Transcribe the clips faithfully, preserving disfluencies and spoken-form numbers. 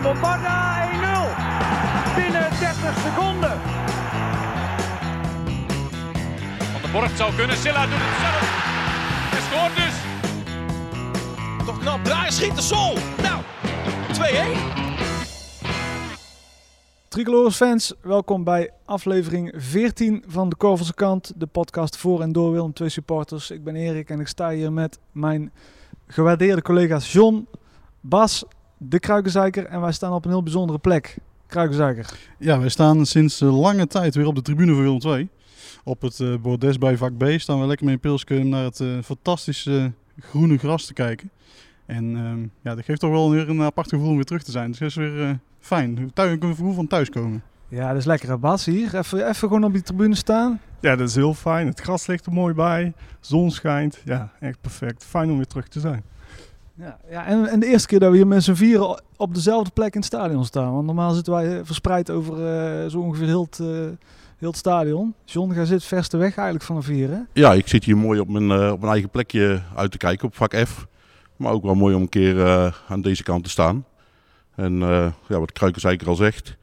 Bombarda één nul. Binnen dertig seconden. Van der Borgt zou kunnen. Silla doet het zelf. Hij scoort dus. Toch knap draaien, schiet de Sol. Nou, twee-één. Tricolores fans, welkom bij aflevering veertien van de Korvelse Kant, de podcast voor en door Willem twee supporters. Ik ben Erik en ik sta hier met mijn gewaardeerde collega's John, Bas, de Kruikenzeiker en wij staan op een heel bijzondere plek. Kruikenzeiker. Ja, wij staan sinds uh, lange tijd weer op de tribune van Willem twee. Op het uh, bordes bij vak B staan we lekker met een pilsje naar het uh, fantastische uh, groene gras te kijken. En uh, ja, dat geeft toch wel weer een apart gevoel om weer terug te zijn. Dus dat is weer uh, fijn. Thuis, een gevoel van thuiskomen. Ja, dat is lekker hè Bas hier. Even, even gewoon op die tribune staan. Ja, dat is heel fijn. Het gras ligt er mooi bij. Zon schijnt. Ja, echt perfect. Fijn om weer terug te zijn. Ja, ja en, en de eerste keer dat we hier met z'n vieren op dezelfde plek in het stadion staan. Want normaal zitten wij verspreid over uh, zo ongeveer heel het, uh, heel het stadion. John, jij zit verste weg eigenlijk van de vieren. Ja, ik zit hier mooi op mijn, uh, op mijn eigen plekje uit te kijken op vak F. Maar ook wel mooi om een keer uh, aan deze kant te staan. En uh, ja, wat Kruikenzeiker al zegt.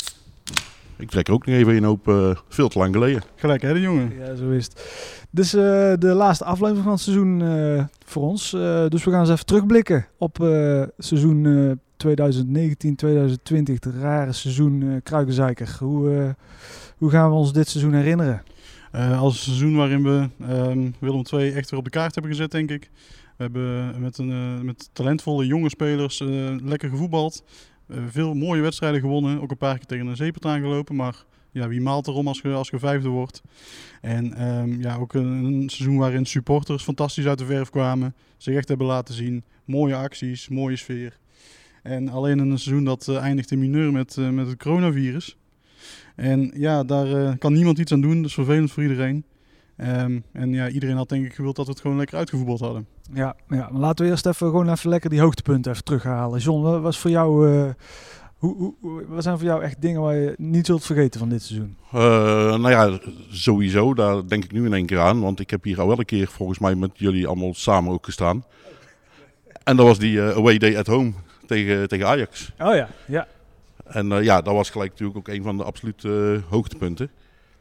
Ik trek er ook nog even een hoop, uh, veel te lang geleden. Gelijk hè, de jongen? Ja, zo is het. Dit is uh, de laatste aflevering van het seizoen uh, voor ons. Uh, dus we gaan eens even terugblikken op uh, seizoen uh, twintig negentien twintig twintig. Het rare seizoen uh, Kruikenzeiker. Hoe, uh, hoe gaan we ons dit seizoen herinneren? Uh, als een seizoen waarin we um, Willem twee echt weer op de kaart hebben gezet, denk ik. We hebben met, een, uh, met talentvolle jonge spelers uh, lekker gevoetbald. Uh, veel mooie wedstrijden gewonnen. Ook een paar keer tegen een zeepert aangelopen. Maar ja, wie maalt erom als je, als je vijfde wordt. En um, ja, ook een, een seizoen waarin supporters fantastisch uit de verf kwamen. Zich echt hebben laten zien. Mooie acties, mooie sfeer. En alleen een seizoen dat uh, eindigt in mineur met, uh, met het coronavirus. En ja, daar uh, kan niemand iets aan doen. Dat is vervelend voor iedereen. Um, en ja, iedereen had denk ik gewild dat we het gewoon lekker uitgevoetbald hadden. Ja, ja, maar laten we eerst even gewoon even lekker die hoogtepunten even terughalen. John, wat was voor jou, uh, hoe, hoe, wat zijn voor jou echt dingen waar je niet zult vergeten van dit seizoen? Uh, nou ja, sowieso, daar denk ik nu in één keer aan. Want ik heb hier al wel een keer volgens mij met jullie allemaal samen ook gestaan. En dat was die uh, away day at home tegen, tegen Ajax. Oh ja, ja. En uh, ja, dat was gelijk natuurlijk ook een van de absolute uh, hoogtepunten.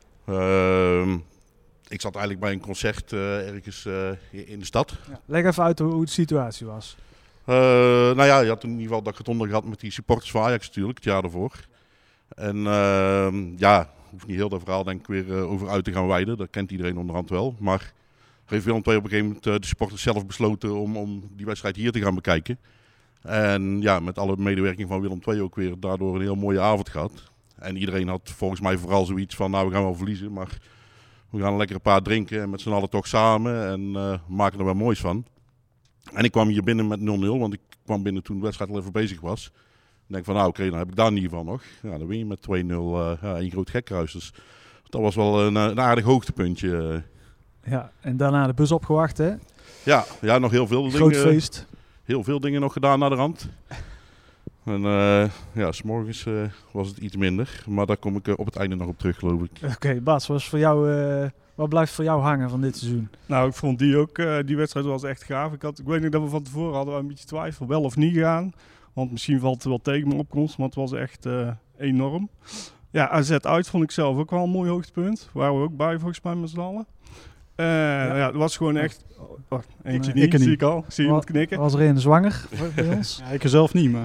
Uh, Ik zat eigenlijk bij een concert uh, ergens uh, in de stad. Ja. Leg even uit hoe de situatie was. Uh, nou ja, je had in ieder geval dat gedonder gehad met die supporters van Ajax natuurlijk, het jaar ervoor. En uh, ja, hoef niet heel dat verhaal denk ik weer uh, over uit te gaan wijden. Dat kent iedereen onderhand wel. Maar heeft Willem twee op een gegeven moment uh, de supporters zelf besloten om, om die wedstrijd hier te gaan bekijken. En ja, met alle medewerking van Willem twee ook weer daardoor een heel mooie avond gehad. En iedereen had volgens mij vooral zoiets van, nou we gaan wel verliezen, maar we gaan lekker een paar drinken en met z'n allen toch samen en uh, maken er wel moois van. En ik kwam hier binnen met nul nul, want ik kwam binnen toen de wedstrijd al even bezig was. Ik denk van nou oké, okay, dan heb ik daar in ieder geval nog. Ja, dan win je met twee nul, uh, ja, een groot gekhuis. Dus dat was wel een, een aardig hoogtepuntje. Ja, en daarna de bus opgewacht hè? Ja, ja nog heel veel Groot dingen. feest. Heel veel dingen nog gedaan naar de rand. En uh, ja, 's morgens uh, was het iets minder, maar daar kom ik uh, op het einde nog op terug, geloof ik. Oké, okay, Bas, wat, voor jou, uh, wat blijft voor jou hangen van dit seizoen? Nou, ik vond die ook, uh, die wedstrijd was echt gaaf. Ik, had, ik weet niet dat we van tevoren hadden we een beetje twijfel, wel of niet gaan. Want misschien valt het wel tegen mijn opkomst, maar het was echt uh, enorm. Ja, A Z uit vond ik zelf ook wel een mooi hoogtepunt. Waar we ook bij volgens mij met z'n allen. Uh, ja. ja, het was gewoon echt... Oh, eentje nee, niet, ik zie niet. ik al. Ik zie iemand knikken. Was er een zwanger bij ons? Ja, ik er zelf niet, maar...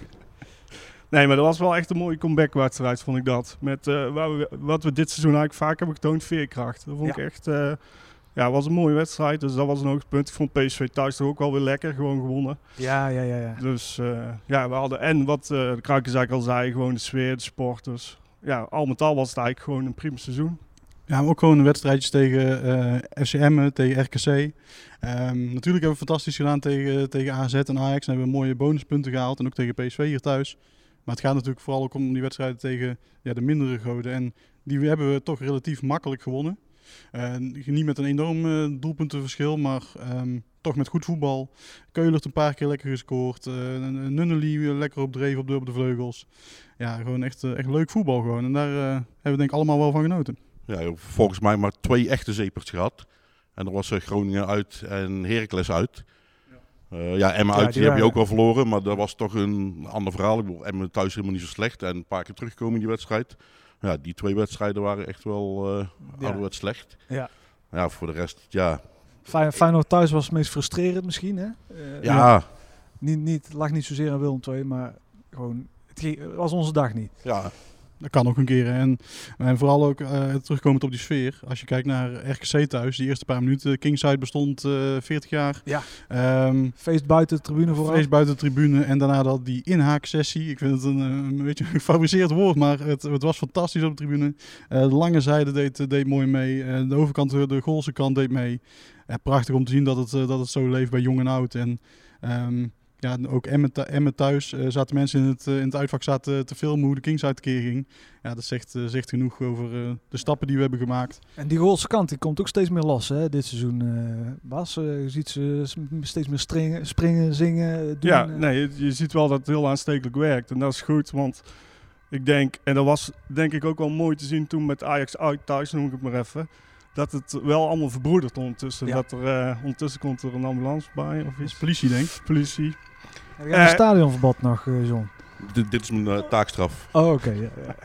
Nee, maar dat was wel echt een mooie comeback-wedstrijd, vond ik dat. Met uh, waar we, wat we dit seizoen eigenlijk vaak hebben getoond, veerkracht. Dat vond ja. ik echt... Uh, ja, was een mooie wedstrijd, dus dat was een hoogtepunt. Ik vond P S V thuis toch ook wel weer lekker, gewoon gewonnen. Ja, ja, ja. ja. Dus uh, ja, we hadden... En wat uh, de Kruikenzeiker al zei, gewoon de sfeer, de sporters. Ja, al met al was het eigenlijk gewoon een prima seizoen. Ja, maar ook gewoon wedstrijdjes tegen uh, F C Emmen, tegen R K C. Um, natuurlijk hebben we fantastisch gedaan tegen, tegen A Z en Ajax. En hebben we mooie bonuspunten gehaald. En ook tegen P S V hier thuis. Maar het gaat natuurlijk vooral ook om die wedstrijden tegen ja, de mindere goden. En die hebben we toch relatief makkelijk gewonnen. Uh, niet met een enorm uh, doelpuntenverschil, maar um, toch met goed voetbal. Keulert een paar keer lekker gescoord. Uh, Nunnely lekker op dreef op de, op de vleugels. Ja, gewoon echt, uh, echt leuk voetbal gewoon. En daar uh, hebben we denk ik allemaal wel van genoten. Ja, volgens mij maar twee echte zeepers gehad. En er was uh, Groningen uit en Heracles uit. Uh, ja, Emmen Ja, uit, die, die heb je waren- ook wel verloren, maar dat was toch een ander verhaal. Ik bedoel, Emmen thuis helemaal niet zo slecht en een paar keer terugkomen in die wedstrijd. Ja, die twee wedstrijden waren echt wel uh, Ja. ouderwets slecht. Ja. Ja, voor de rest, ja. Fey- Feyenoord thuis was het meest frustrerend misschien, hè? Uh, Ja, Niet, niet, lag niet zozeer aan Willem twee, maar gewoon, het ging- het was onze dag niet. ja. Dat kan ook een keer. En, en vooral ook uh, terugkomend op die sfeer. Als je kijkt naar R K C thuis, die eerste paar minuten. Kingside bestond uh, veertig jaar. Ja. Um, Feest buiten de tribune vooral. Feest buiten de tribune. En daarna dat die inhaaksessie. Ik vind het een, een beetje een gefabriceerd woord, maar het, het was fantastisch op de tribune. Uh, de lange zijde deed, deed mooi mee. Uh, de overkant, de Goolse kant deed mee. Ja, prachtig om te zien dat het, uh, dat het zo leeft bij jong en oud. En um, ja, ook Emmen, Emmen thuis uh, zaten mensen in het, uh, in het uitvak zaten te filmen hoe de Kingside tekeer ging. Ja, dat zegt, uh, zegt genoeg over uh, de stappen die we hebben gemaakt. En die Goolse kant die komt ook steeds meer los, hè, dit seizoen. Uh, Bas, uh, je ziet ze steeds meer stringen, springen, zingen, doen. Ja, uh. nee, je, je ziet wel dat het heel aanstekelijk werkt. En dat is goed, want ik denk, en dat was denk ik ook wel mooi te zien toen met Ajax uit thuis, noem ik het maar even. Dat het wel allemaal verbroedert ondertussen. Ja. Dat er, uh, ondertussen komt er een ambulance bij of Dat is iets. politie, denk ik. Politie. Heb jij een Uh, stadionverbod nog, uh, John? Dit, dit is mijn uh, taakstraf. Oh, oké. Okay, ja, ja.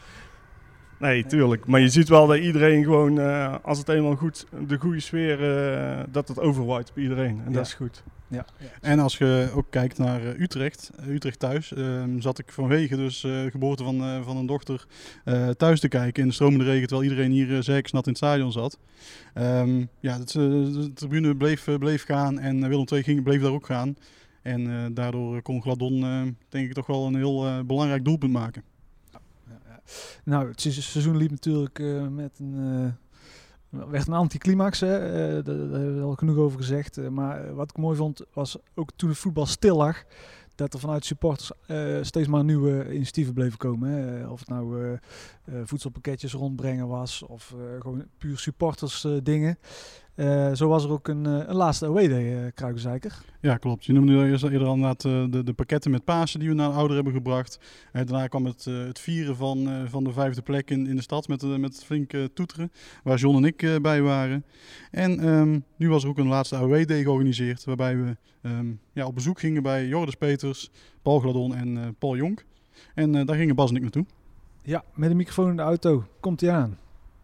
Nee, tuurlijk. Maar je ziet wel dat iedereen gewoon, uh, als het eenmaal goed, de goede sfeer, uh, dat het overwaait op iedereen. En Ja. dat is goed. Ja, ja. En als je ook kijkt naar uh, Utrecht, uh, Utrecht thuis, uh, zat ik vanwege dus uh, de geboorte van, uh, van een dochter uh, thuis te kijken in de stromende regen, terwijl iedereen hier uh, zerksnat in het stadion zat. Um, ja, het, uh, de tribune bleef, uh, bleef gaan en Willem twee ging, bleef daar ook gaan. En uh, daardoor kon Gladon uh, denk ik toch wel een heel uh, belangrijk doelpunt maken. Ja, ja. Nou, het se- seizoen liep natuurlijk uh, met een... Uh, werd een anticlimax, hè. Uh, daar, daar hebben we al genoeg over gezegd. Uh, maar uh, wat ik mooi vond, was ook toen het voetbal stil lag, dat er vanuit supporters uh, steeds maar nieuwe initiatieven bleven komen. Hè. Uh, of het nou uh, uh, voedselpakketjes rondbrengen was, of uh, gewoon puur supporters uh, dingen. Uh, zo was er ook een, uh, een laatste away day, uh, Kruikenzeiker. Ja, klopt. Je noemde eerst eerder al inderdaad uh, de, de pakketten met Pasen die we naar de ouder hebben gebracht. Uh, daarna kwam het, uh, het vieren van, uh, van de vijfde plek in, in de stad met, uh, met flink uh, toeteren, waar John en ik uh, bij waren. En um, nu was er ook een laatste away day georganiseerd, waarbij we um, ja, op bezoek gingen bij Joris Peters, Paul Gladon en uh, Paul Jonk. En uh, daar gingen Bas en ik naartoe. Ja, met een microfoon in de auto. Komt hij aan.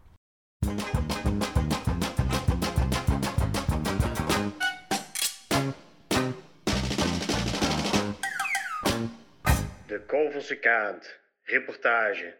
De Korvelse Kant. Reportage.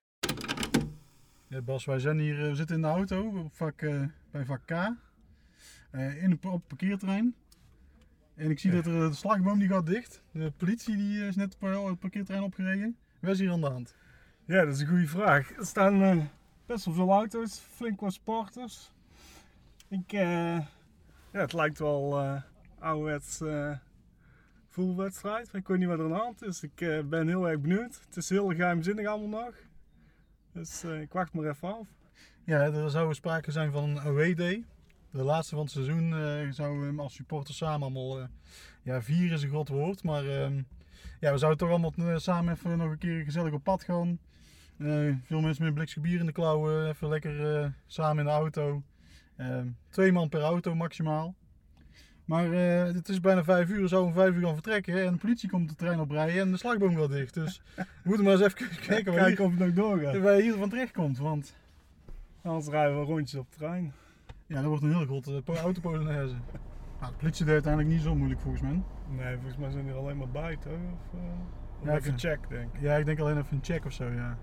Ja, Bas, wij zijn hier, uh, we zitten in de auto op vak, uh, bij vak K, uh, in een, op het parkeerterrein. En ik zie dat er uh, de slagboom die gaat dicht. De politie die uh, is net op het parkeerterrein opgereden. Wat is hier aan de hand? Ja, dat is een goede vraag. Er staan uh, best wel veel auto's, flink wat sporters. Ik, uh, ja, het lijkt wel uh, ouderwets uh, voetbalwedstrijd, maar ik weet niet wat er aan de hand is. Ik uh, ben heel erg benieuwd. Het is heel geheimzinnig allemaal nog. Dus uh, ik wacht maar even af. Ja, er zou sprake zijn van een away day. De laatste van het seizoen uh, zouden we hem als supporters samen allemaal uh, ja, vieren is een groot woord. Maar uh, ja, we zouden toch allemaal uh, samen even nog een keer gezellig op pad gaan. Uh, veel mensen met een blikje bier in de klauwen, even lekker uh, samen in de auto. Uh, twee man per auto maximaal. Maar uh, het is bijna vijf uur, we zouden om vijf uur gaan vertrekken en de politie komt de trein oprijden en de slagboom gaat dicht. Dus we moeten maar eens even kijken waar Kijken of het nog doorgaat. wij hier van terecht komt. Want Anders rijden we rondjes op het terrein. ja, dat wordt een heel grote uh, autopolonaise. Nou, de politie deed uiteindelijk niet zo moeilijk volgens mij. Nee, volgens mij zijn die er alleen maar buiten. Of, uh, of Ja, even ik- check, denk ik. Ja, ik denk alleen even een check of zo, ja.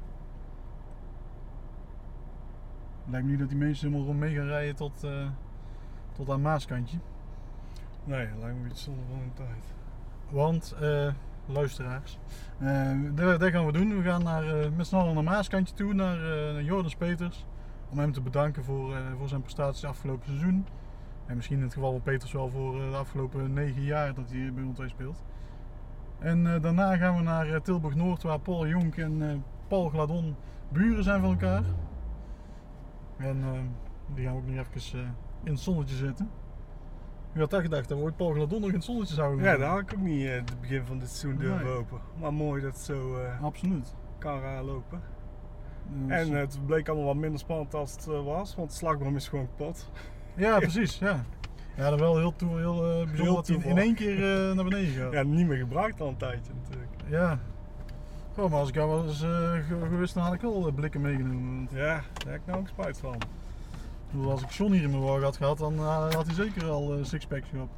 Lijkt me niet dat die mensen helemaal rond mee gaan rijden tot, uh, tot aan Maaskantje. Nee, dat lijkt me een beetje zonde van hun tijd. Want, uh, luisteraars, uh, dat, dat gaan we doen. We gaan naar, uh, met z'n allen naar Maaskantje toe, naar, uh, naar Joris Peters. Om hem te bedanken voor, uh, voor zijn prestaties afgelopen seizoen. En misschien in het geval van Peters wel voor uh, de afgelopen negen jaar dat hij bij ons twee speelt. En uh, daarna gaan we naar uh, Tilburg Noord, waar Paul Jonk en uh, Paul Gladon buren zijn van elkaar. En uh, die gaan we ook nog even uh, in het zonnetje zitten. Wie had dat gedacht, dat we ooit Paul Gladon nog in het zonnetje zouden Ja, doen? dat had ik ook niet uh, het begin van dit seizoen durven Nee. lopen. Maar mooi dat het zo uh, Absoluut. kan gaan lopen. Dus, En uh, het bleek allemaal wat minder spannend als het uh, was, want de slagboom is gewoon kapot. ja, precies. Ja. Ja, dat wel heel, toe, heel uh, bijzonder Heel dat hij in toevallig. één keer uh, naar beneden gaat. Ja, niet meer gebruikt al een tijdje natuurlijk. Ja. Goh, maar als ik jou was uh, geweest, dan had ik wel uh, blikken meegenomen. Want... Ja, daar heb ik nou ook spijt van. Als ik John hier in mijn wagen had gehad, dan uh, had hij zeker al uh, sixpacks gehad.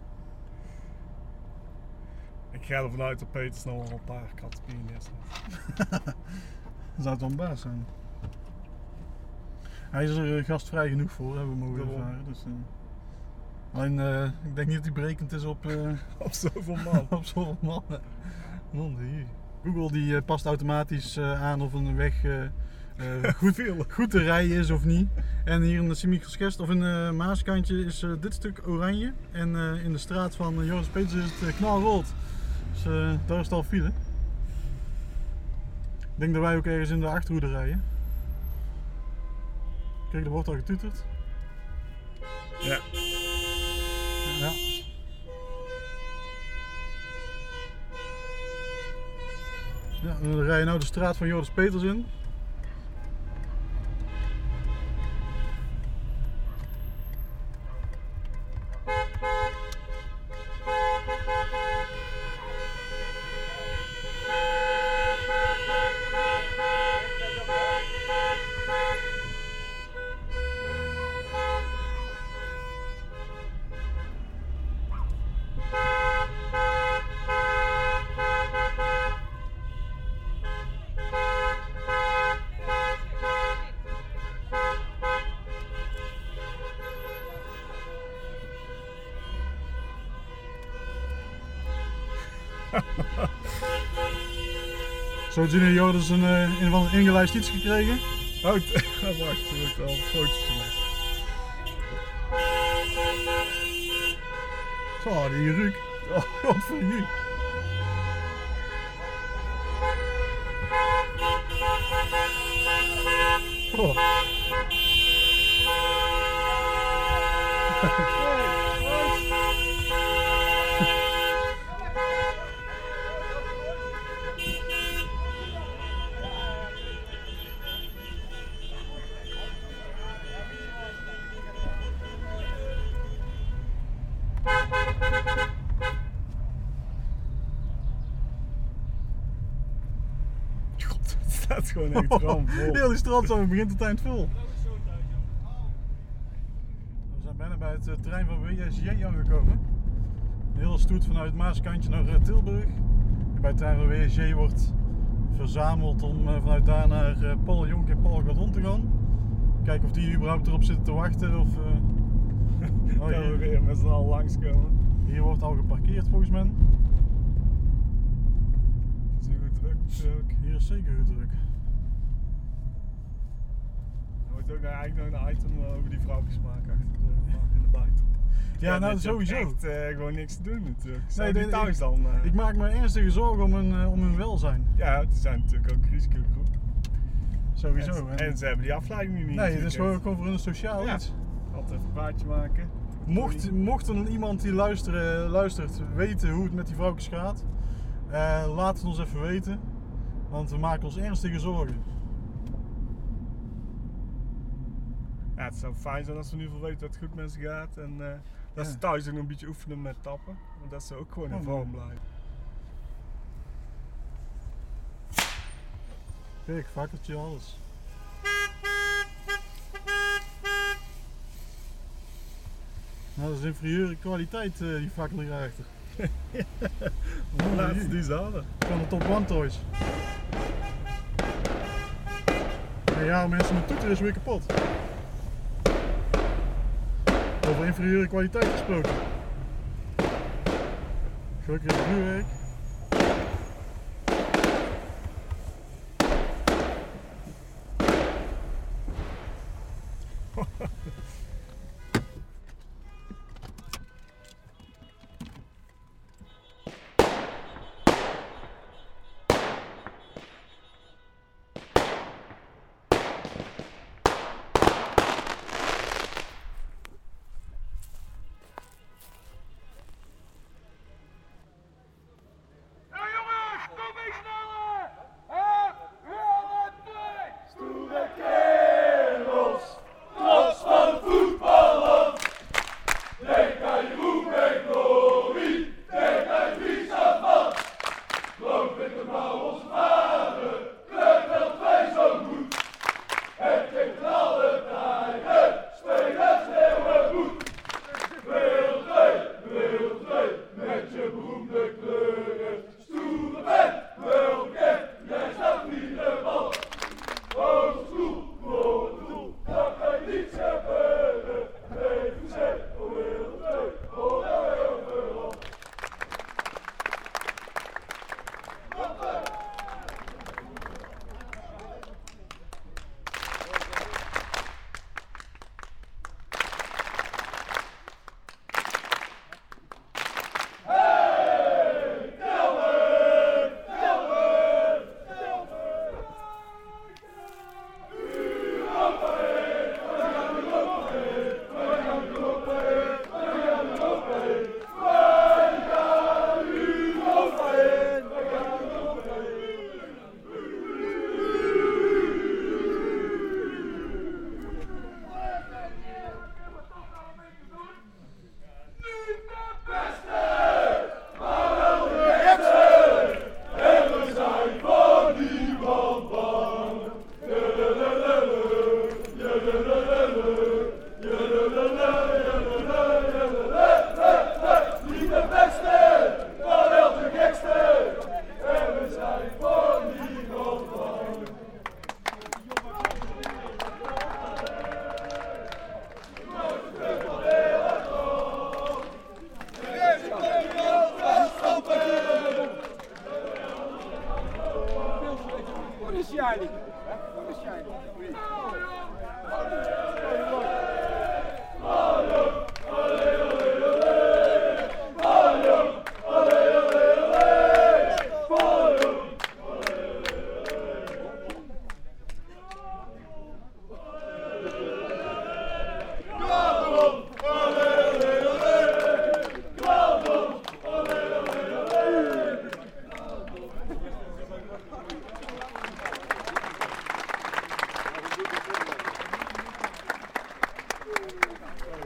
Ik ga ervan uit dat Peter snel al een paar kattenspieren neerzet. Dan zou het wel een baas zijn. Hij is er uh, gastvrij genoeg voor, hebben we mogen ervaren. Dus, uh... Alleen, uh, ik denk niet dat hij berekend is op, uh, op zoveel man. op zoveel mannen. Man, hier. Google die uh, past automatisch uh, aan of een weg uh, uh, goed, goed te rijden is of niet. En hier in de Sint-Michielsgescht of in uh, Maaskantje is uh, dit stuk oranje. En uh, in de straat van uh, Joris Peters is het uh, knalrood. Dus uh, daar is het al file. Ik denk dat wij ook ergens in de achterhoede rijden. Kijk, er wordt al getuterd. Ja. Ja. Ja, dan rij je nou de straat van Joris Peters in. Zo, Junior Joris een uh, een van een ingelijst iets gekregen. Oh, wacht, er wordt al een foto's gemaakt. Zo, die Ruuk. Oh, wat voor Ruuk. Oh. God, het staat gewoon echt ramvol. Heel die strandzomer begint tot eind vol. We zijn bijna bij het uh, terrein van W S J aangekomen. Een hele stoet vanuit Maaskantje naar uh, Tilburg. En bij het terrein van W S J wordt verzameld om uh, vanuit daar naar uh, Paul Jonk en Paul Gordon te gaan. Kijken of die überhaupt erop zitten te wachten. Of, uh... oh, hier. we weer met z'n allen langskomen. Hier wordt al geparkeerd volgens mij. Het is hier goed druk. Ook. Hier is zeker goed druk. Er wordt ook nou eigenlijk nog een item over die vrouwtjes maken achter de, in de buiten. Ja, ja, nou sowieso. Echt uh, gewoon niks te doen natuurlijk. Zijn nee, die thuis dan? Uh... Ik maak me ernstige zorgen om hun, uh, om hun welzijn. Ja, het zijn natuurlijk ook een risicogroep. Sowieso. En, en ze hebben die afleiding nu niet. Nee, het is gewoon, gewoon voor hun sociaal ja. iets. Altijd even een praatje maken. Mocht, mocht er iemand die luistert, luistert weten hoe het met die vrouwtjes gaat, uh, laat het ons even weten. Want we maken ons ernstige zorgen. Ja, het zou fijn zijn als we in ieder geval weten dat het goed met ze gaat. En uh, dat ja. ze thuis ook nog een beetje oefenen met tappen. Want dat ze ook gewoon in oh, vorm blijven. Kijk, fakkeltje, alles. Nou, dat is inferieure kwaliteit, uh, die fakkel hierachter. Hoe laat is die zouden? Van de Top One Toys. En ja, mensen, mijn toeter is weer kapot. Over inferieure kwaliteit gesproken. Gelukkig het vuurwerk. Stoere kerels, trots van voet.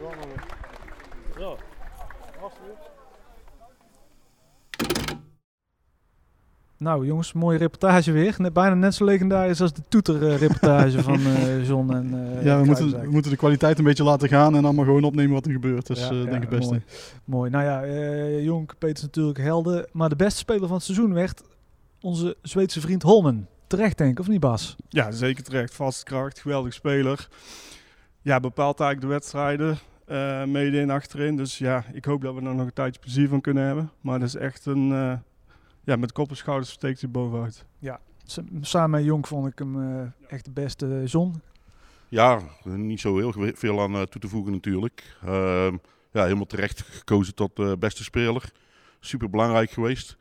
Zo. Nou jongens, mooie reportage weer. Net, bijna net zo legendarisch als de toeter-reportage van uh, John en uh, Ja, we moeten, we moeten de kwaliteit een beetje laten gaan en allemaal gewoon opnemen wat er gebeurt. Dat is ja, uh, ja, denk ik het beste. Mooi. mooi. Nou ja, uh, Jonk, Peters natuurlijk helden. Maar de beste speler van het seizoen werd onze Zweedse vriend Holmen. Terecht denk ik, of niet Bas? Ja, zeker terecht. Vaste kracht, geweldig speler. Ja, bepaalt eigenlijk de wedstrijden. Uh, mede in achterin. Dus ja, ik hoop dat we er nog een tijdje plezier van kunnen hebben. Maar dat is echt een... Uh, ja, met kop en schouders steekt hij bovenuit. Ja, samen met Jonk vond ik hem uh, echt de beste. John? Ja, niet zo heel veel aan uh, toe te voegen natuurlijk. Uh, ja, helemaal terecht gekozen tot uh, beste speler. Super belangrijk geweest.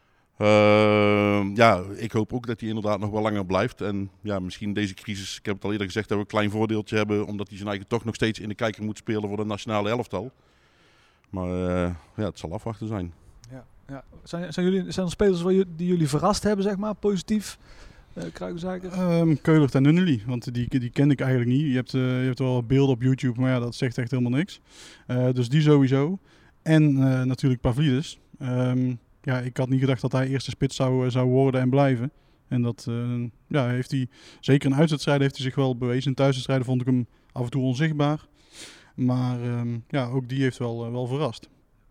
Uh, ja, ik hoop ook dat hij inderdaad nog wel langer blijft. En ja, misschien deze crisis, ik heb het al eerder gezegd, dat we een klein voordeeltje hebben. Omdat hij zijn eigen toch nog steeds in de kijker moet spelen voor de nationale elftal. Maar uh, ja, het zal afwachten zijn. Ja, ja. Zijn, zijn, jullie, zijn er spelers waar jullie, die jullie verrast hebben, zeg maar, positief? Uh, Kruijzeiker? Um, Keulert en Nunnely, want die, die ken ik eigenlijk niet. Je hebt, uh, je hebt wel beelden op YouTube, maar ja, dat zegt echt helemaal niks. Uh, dus die sowieso. En uh, natuurlijk Pavlidis. Um, ja, ik had niet gedacht dat hij eerste spits zou, zou worden en blijven. En dat uh, ja, heeft hij, zeker in uitwedstrijden heeft hij zich wel bewezen. In thuiswedstrijden vond ik hem af en toe onzichtbaar. Maar um, ja, ook die heeft wel, uh, wel verrast.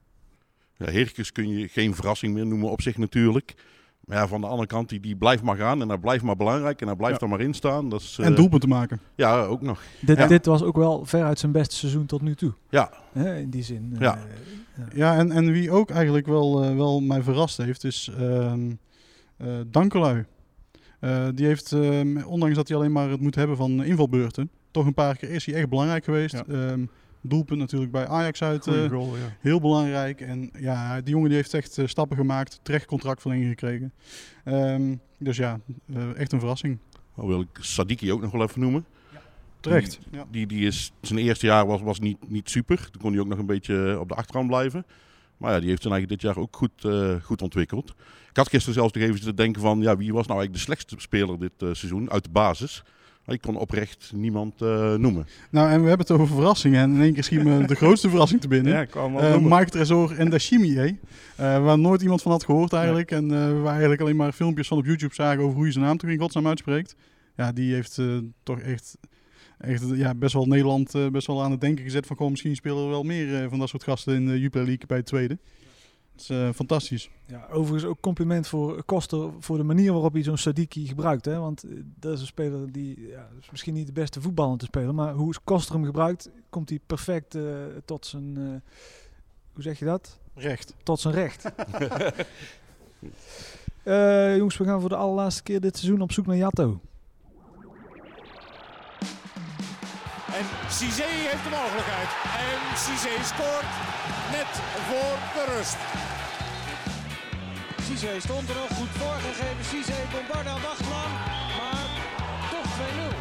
Ja, Herkens kun je geen verrassing meer noemen op zich natuurlijk. Maar ja, van de andere kant, die, die blijft maar gaan en hij blijft maar belangrijk en hij blijft ja. er maar in staan. Dat is, uh, en doelpunten maken. Ja, ook nog. Dit, ja. dit was ook wel veruit zijn beste seizoen tot nu toe. Ja. He, in die zin. Ja, uh, ja. ja en, en wie ook eigenlijk wel, uh, wel mij verrast heeft, is uh, uh, Dankelui. Uh, die heeft, uh, ondanks dat hij alleen maar het moet hebben van invalbeurten, toch een paar keer is hij echt belangrijk geweest. Ja. Um, doelpunt natuurlijk bij Ajax uit. Uh, goal, ja. Heel belangrijk. En ja, die jongen die heeft echt uh, stappen gemaakt. Terecht contractverlenging gekregen. Um, dus ja, uh, echt een verrassing. Nou wil ik Sadiki ook nog wel even noemen. Ja. Terecht. Die, ja. die, die is, zijn eerste jaar was, was niet, niet super. Toen kon hij ook nog een beetje op de achtergrond blijven. Maar ja, die heeft zijn eigen dit jaar ook goed, uh, goed ontwikkeld. Ik had gisteren zelfs nog even te denken van, ja, wie was nou eigenlijk de slechtste speler dit uh, seizoen uit de basis? Ik kon oprecht niemand uh, noemen. Nou, en we hebben het over verrassingen. En in één keer schiet me de grootste verrassing te binnen. Ja, kwam uh, Mike Tresor en Dashimi, uh, waar nooit iemand van had gehoord eigenlijk. Nee. En uh, we eigenlijk alleen maar filmpjes van op YouTube zagen over hoe je zijn naam toch in godsnaam uitspreekt. Ja, die heeft uh, toch echt, echt ja, best wel Nederland uh, best wel aan het denken gezet van, goh, misschien spelen er wel meer uh, van dat soort gasten in de Jupiler League bij de tweede. Dat is uh, fantastisch. Ja, overigens ook compliment voor Koster voor de manier waarop hij zo'n Sadiki gebruikt. Hè? Want uh, dat is een speler die ja, is misschien niet de beste voetballer te spelen. Maar hoe Koster hem gebruikt, komt hij perfect uh, tot zijn... Uh, hoe zeg je dat? Recht. Tot zijn recht. uh, jongens, we gaan voor de allerlaatste keer dit seizoen op zoek naar Jatto. En Cizé heeft de mogelijkheid. En Cizé scoort net voor de rust. Cizé stond er nog goed voorgegeven. Cizé, Bombarda wacht lang, maar toch twee nul.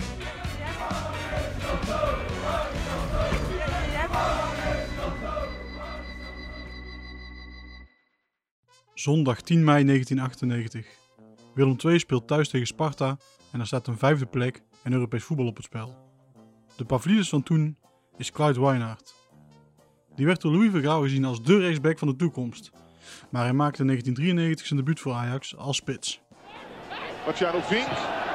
Zondag tien mei negentien achtennegentig. Willem twee speelt thuis tegen Sparta en er staat een vijfde plek en Europees voetbal op het spel. De Pavlidis van toen is Clyde Wijngaard. Die werd door Louis van Gaal gezien als de rechtsback van de toekomst. Maar hij maakte in negentien drieënnegentig zijn debuut voor Ajax als spits. Marciano Vink.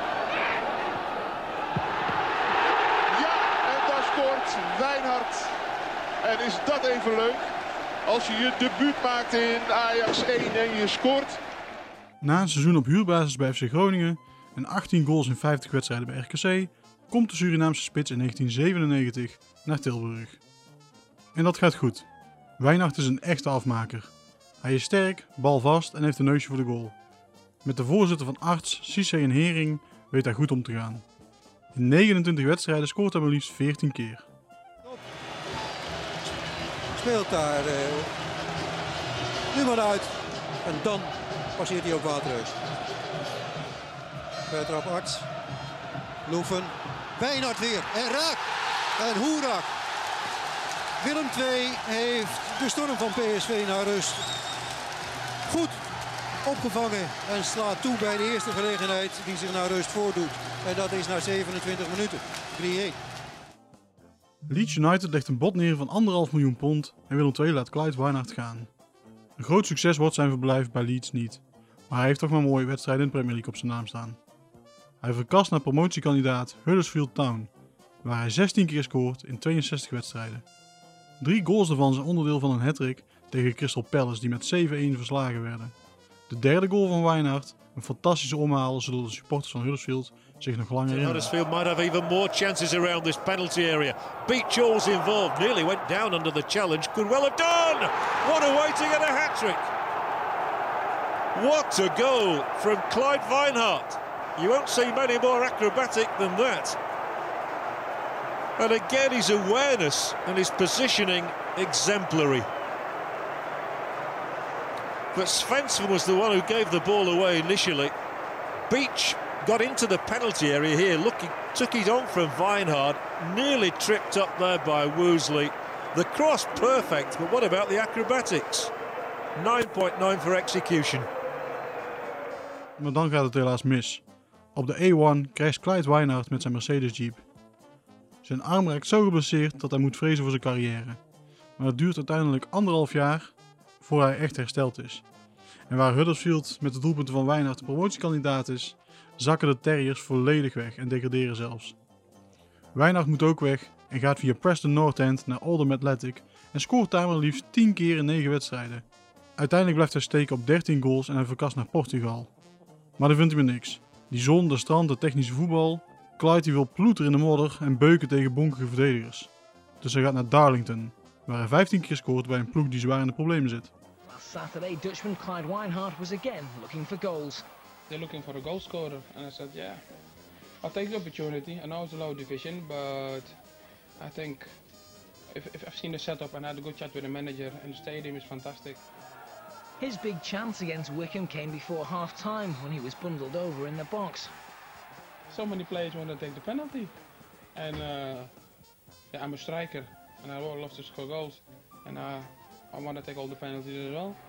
Ja, en daar scoort Wijngaard. En is dat even leuk? Als je je debuut maakt in Ajax één en je scoort. Na een seizoen op huurbasis bij F C Groningen en achttien goals in vijftig wedstrijden bij R K C... komt de Surinaamse spits in negentien zevenennegentig naar Tilburg. En dat gaat goed. Wijngaard is een echte afmaker. Hij is sterk, balvast en heeft een neusje voor de goal. Met de voorzitter van Arts, Cissé en Hering weet hij goed om te gaan. In negenentwintig wedstrijden scoort hij maar liefst veertien keer. Speelt daar uh, nu maar uit en dan passeert hij ook Waterreus. Verder op Arts. Loeven. Wijngaard weer. En raak. En hoe raak. Willem twee heeft de storm van P S V naar rust goed opgevangen en slaat toe bij de eerste gelegenheid die zich naar rust voordoet. En dat is na zevenentwintig minuten. drie-een. Leeds United legt een bod neer van anderhalf miljoen pond en Willem twee laat Clyde Wijnaldum gaan. Een groot succes wordt zijn verblijf bij Leeds niet, maar hij heeft toch maar mooie wedstrijden in de Premier League op zijn naam staan. Hij verkast naar promotiekandidaat Huddersfield Town, waar hij zestien keer scoort in tweeënzestig wedstrijden. Drie goals daarvan zijn onderdeel van een hat-trick tegen Crystal Palace die met zeven-een verslagen werden. De derde goal van Wijnaldum, een fantastische omhaal, zullen de supporters van Huddersfield zich nog langer herinneren. Huddersfield might have even more chances around this penalty area. Beach Hall's involved, nearly went down under the challenge, could well have done! What a way to get a hat-trick! What a goal from Clyde Wijnaldum! You won't see many more acrobatic than that. And again his awareness and his positioning exemplary. But Svensson was the one who gave the ball away initially. Beach got into the penalty area here, looking, took it on from Wijnaldum, nearly tripped up there by Woosley. The cross perfect, but what about the acrobatics? nine point nine for execution. Maar dan gaat het helaas mis. Op de A één crasht Clyde Wijnaldum met zijn Mercedes Jeep. Zijn arm raakt zo geblesseerd dat hij moet vrezen voor zijn carrière. Maar het duurt uiteindelijk anderhalf jaar voor hij echt hersteld is. En waar Huddersfield met de doelpunten van Wijnaldum de promotiekandidaat is, zakken de Terriers volledig weg en degraderen zelfs. Wijnaldum moet ook weg en gaat via Preston North End naar Oldham Athletic en scoort daar maar liefst tien keer in negen wedstrijden. Uiteindelijk blijft hij steken op dertien goals en hij verkast naar Portugal. Maar daar vindt hij me niks. Die zon, de strand, de technische voetbal. Clyde die wil ploeteren in de modder en beuken tegen bonkige verdedigers. Dus hij gaat naar Darlington, waar hij vijftien keer scoort bij een ploeg die zwaar in de problemen zit. Last Saturday, Dutchman Clyde Wijnaldum was again looking for goals. They're looking for a goal scorer, and I said, yeah, I'll take the opportunity. I know it's a low division, but I think if, if I've seen the setup and I had a good chat with the manager, and the stadium is fantastic. His big chance against Wickham came before half-time when he was bundled over in the box. So many players want to take the penalty, and uh, yeah, I'm a striker, and I love to score goals, and uh, I want to take all the penalties as well.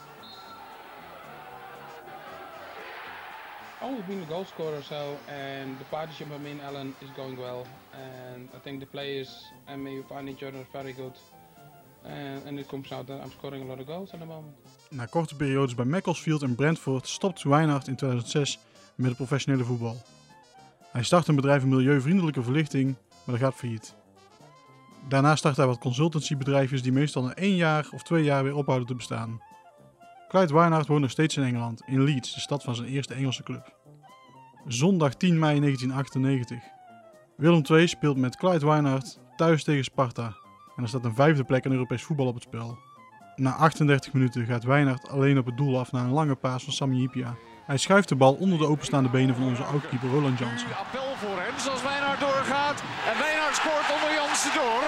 Always been a goal scorer, so and the partnership with me and Alan is going well, and I think the players and me find each other very good, and, and it comes out that I'm scoring a lot of goals at the moment. Na korte periodes bij Macclesfield en Brentford stopt Wijnaldum in tweeduizend zes met het professionele voetbal. Hij start een bedrijf in milieuvriendelijke verlichting, maar dat gaat failliet. Daarna start hij wat consultancybedrijfjes die meestal na één jaar of twee jaar weer ophouden te bestaan. Clyde Wijnaldum woont nog steeds in Engeland, in Leeds, de stad van zijn eerste Engelse club. Zondag tien mei negentien achtennegentig. Willem twee speelt met Clyde Wijnaldum thuis tegen Sparta en er staat een vijfde plek in Europees voetbal op het spel. Na achtendertig minuten gaat Wijnaldum alleen op het doel af na een lange paas van Sami Hyypiä. Hij schuift de bal onder de openstaande benen van onze oud-keeper Roland Jansen. Nu appel voor hem, zoals Wijnaldum doorgaat. En Wijnaldum scoort onder Jansen door.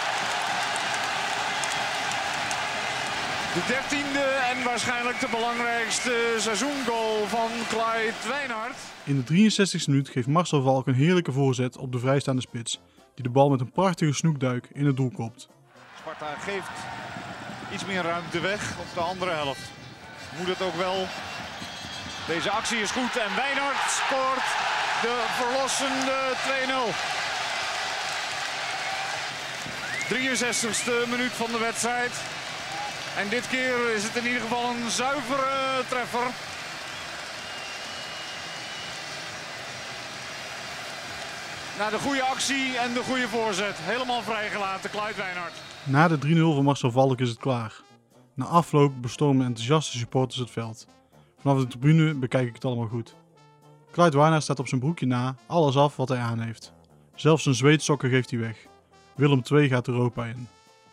De dertiende en waarschijnlijk de belangrijkste seizoengoal van Clyde Wijnaldum. In de drieënzestigste minuut geeft Marcel Valk een heerlijke voorzet op de vrijstaande spits, die de bal met een prachtige snoekduik in het doel kopt. Sparta geeft iets meer ruimte weg op de andere helft. Moet het ook wel. Deze actie is goed en Wijnaldum scoort de verlossende twee nul. drieënzestigste minuut van de wedstrijd. En dit keer is het in ieder geval een zuivere treffer. Na de goede actie en de goede voorzet. Helemaal vrijgelaten, Clyde Wijnaldum. Na de drie nul van Marcel Valk is het klaar. Na afloop bestormen enthousiaste supporters het veld. Vanaf de tribune bekijk ik het allemaal goed. Clyde Wijnaldum staat op zijn broekje na alles af wat hij aan heeft. Zelfs zijn zweetsokken geeft hij weg. Willem twee gaat Europa in.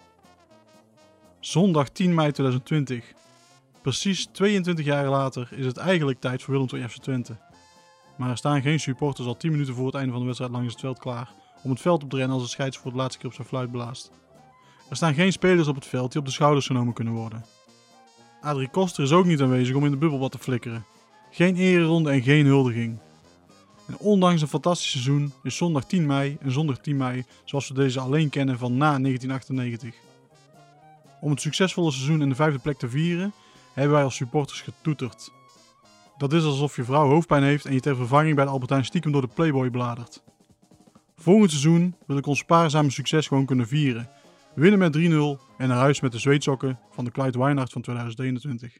Zondag tien mei tweeduizend twintig. Precies tweeëntwintig jaar later is het eigenlijk tijd voor Willem twee F C Twente. Maar er staan geen supporters al tien minuten voor het einde van de wedstrijd langs het veld klaar om het veld op te rennen als de scheids voor de laatste keer op zijn fluit blaast. Er staan geen spelers op het veld die op de schouders genomen kunnen worden. Adrie Koster is ook niet aanwezig om in de bubbel wat te flikkeren. Geen ereronde en geen huldiging. En ondanks een fantastisch seizoen is zondag tien mei en zondag tien mei zoals we deze alleen kennen van na negentien achtennegentig. Om het succesvolle seizoen en de vijfde plek te vieren hebben wij als supporters getoeterd. Dat is alsof je vrouw hoofdpijn heeft en je ter vervanging bij de Albert Heijn stiekem door de Playboy bladert. Volgend seizoen wil ik ons spaarzame succes gewoon kunnen vieren. Winnen met drie nul en naar huis met de zweetsokken van de Clyde Wijnard van tweeduizend eenentwintig.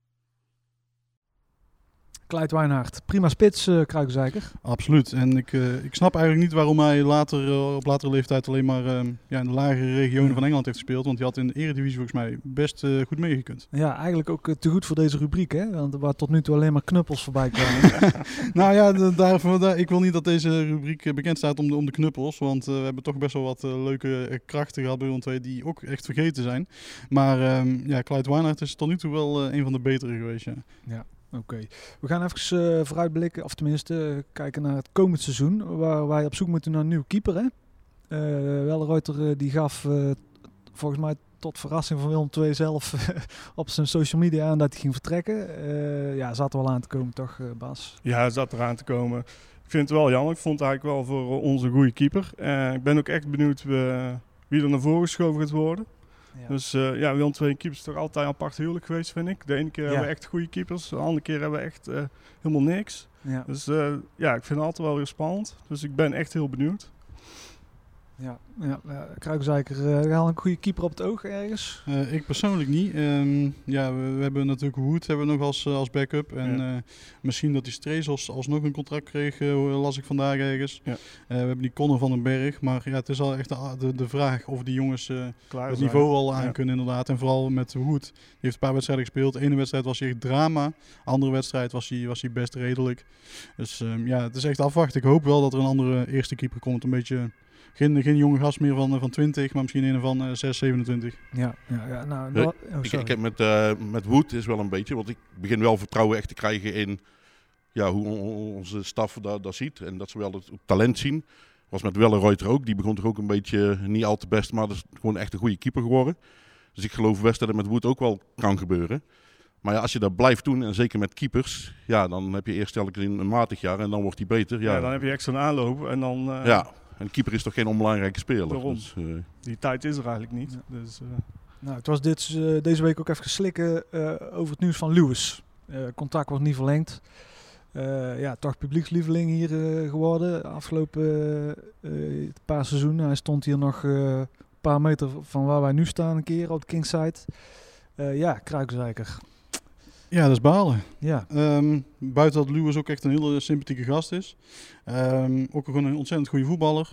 Clyde Wijnard, prima spits, uh, Kruikenzeiker. Absoluut. En ik, uh, ik snap eigenlijk niet waarom hij later, uh, op latere leeftijd alleen maar uh, ja, in de lagere regionen van Engeland heeft gespeeld. Want hij had in de Eredivisie volgens mij best uh, goed meegekund. Ja, eigenlijk ook uh, te goed voor deze rubriek, hè? Want waar tot nu toe alleen maar knuppels voorbij kwamen. Nou ja, de, daar, daar, ik wil niet dat deze rubriek uh, bekend staat om de, om de knuppels. Want uh, we hebben toch best wel wat uh, leuke uh, krachten gehad bij ons twee die ook echt vergeten zijn. Maar um, ja, Clyde Wijnard is tot nu toe wel uh, een van de betere geweest, ja. Ja. Oké, okay. We gaan even uh, vooruitblikken, of tenminste uh, kijken naar het komend seizoen, waar wij op zoek moeten naar een nieuwe keeper. Hè? Uh, Welleroyter uh, die gaf uh, volgens mij tot verrassing van Willem twee zelf op zijn social media aan dat hij ging vertrekken. Uh, ja, zat er wel aan te komen toch, uh, Bas? Ja, zat er aan te komen. Ik vind het wel jammer. Ik vond het eigenlijk wel voor uh, onze goede keeper. Uh, ik ben ook echt benieuwd uh, wie er naar voren geschoven gaat worden. Ja. Dus uh, ja, Willem twee keepers is toch altijd een apart huwelijk geweest, vind ik. De ene keer ja. hebben we echt goede keepers, de andere keer hebben we echt uh, helemaal niks. Ja. Dus uh, ja, ik vind het altijd wel weer spannend. Dus ik ben echt heel benieuwd. Ja, ja, ja Kruikenzeiker, uh, haal een goede keeper op het oog ergens? Uh, ik persoonlijk niet. Um, ja, we, we hebben natuurlijk Wood hebben we nog als, uh, als backup. En ja. uh, misschien dat die Strees als, alsnog een contract kreeg, uh, las ik vandaag ergens. Ja. Uh, we hebben die Conor van den Berg. Maar ja, het is al echt de, de, de vraag of die jongens uh, het niveau al aan ja. kunnen inderdaad. En vooral met Wood. Die heeft een paar wedstrijden gespeeld. De ene wedstrijd was hij echt drama. Andere wedstrijd was hij, was hij best redelijk. Dus um, ja, het is echt afwachten. Ik hoop wel dat er een andere eerste keeper komt. Een beetje... Geen, geen jonge gast meer van, van twintig, maar misschien een van uh, zes, zevenentwintig. Ja, ja, ja nou, uh, oh, ik, ik heb met, uh, met Wood is wel een beetje, want ik begin wel vertrouwen echt te krijgen in ja, hoe on, onze staf dat, dat ziet. En dat ze wel het talent zien. Was met Welleroyter ook, die begon toch ook een beetje niet al te best, maar dat is gewoon echt een goede keeper geworden. Dus ik geloof best dat het met Wood ook wel kan gebeuren. Maar ja, als je dat blijft doen, en zeker met keepers, ja, dan heb je eerst elke keer een matig jaar en dan wordt hij beter. Ja, ja dan heb je echt zo'n aanloop en dan... Uh... Ja. En keeper is toch geen onbelangrijke speler. Dus, uh... Die tijd is er eigenlijk niet. Ja. Dus, uh... nou, het was dit, uh, deze week ook even slikken uh, over het nieuws van Lewis. Uh, contract wordt niet verlengd. Uh, ja, toch publiekslieveling hier uh, geworden. Afgelopen uh, uh, paar seizoenen. Hij stond hier nog uh, een paar meter van waar wij nu staan een keer op de Kingside. Uh, ja, Kruikenzeiker. Ja, dat is balen. Ja. Um, buiten dat Lewis ook echt een hele sympathieke gast is. Um, ook gewoon een ontzettend goede voetballer.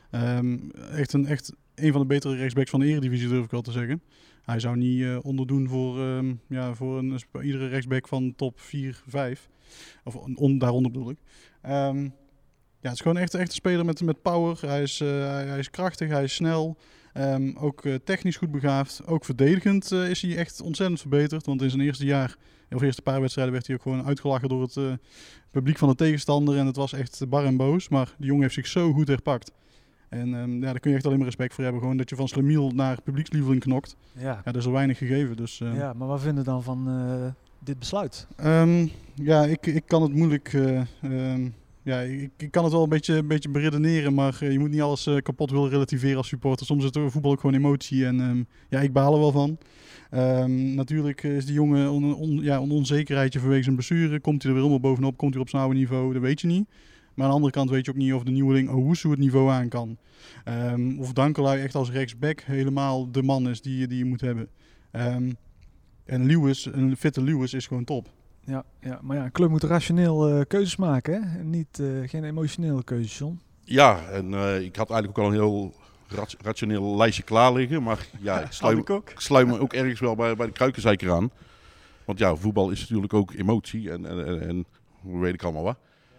Um, echt, een, echt een van de betere rechtsbacks van de Eredivisie, durf ik wel te zeggen. Hij zou niet uh, onderdoen voor, um, ja, voor een, iedere rechtsback van top vier, vijf. Of on, daaronder bedoel ik. Um, ja, het is gewoon echt, echt een speler met, met power. Hij is, uh, hij, hij is krachtig, hij is snel. Um, ook uh, technisch goed begaafd. Ook verdedigend uh, is hij echt ontzettend verbeterd. Want in zijn eerste jaar, of eerste paar wedstrijden, werd hij ook gewoon uitgelachen door het uh, publiek van de tegenstander. En het was echt bar en boos. Maar die jongen heeft zich zo goed herpakt. En um, ja, daar kun je echt alleen maar respect voor hebben. Gewoon dat je van Slemiel naar publiekslieveling knokt. Ja. Ja, dat is er weinig gegeven. Dus, uh, ja, maar wat vinden dan van uh, dit besluit? Um, ja, ik, ik kan het moeilijk... Uh, um, Ja, ik, ik kan het wel een beetje, een beetje beredeneren, maar uh, je moet niet alles uh, kapot willen relativeren als supporter. Soms is het voetbal ook gewoon emotie en um, ja, ik baal er wel van. Um, natuurlijk is die jongen on, on, ja, een onzekerheidje vanwege zijn blessure. Komt hij er weer helemaal bovenop, komt hij op zijn oude niveau, dat weet je niet. Maar aan de andere kant weet je ook niet of de nieuweling Owusu het niveau aan kan. Um, of Dankelui echt als rechtsback helemaal de man is die, die je moet hebben. Um, en Lewis, een fitte Lewis is gewoon top. Ja, ja, maar ja, een club moet rationeel uh, keuzes maken, hè? En niet, uh, geen emotionele keuzes, John. Ja, en uh, ik had eigenlijk ook al een heel rat- rationeel lijstje klaar liggen. Maar ja, ik sluit, ik ik sluit me ook ergens wel bij, bij de Kruikenzeiker aan. Want ja, voetbal is natuurlijk ook emotie en, en, en, en weet ik allemaal wat.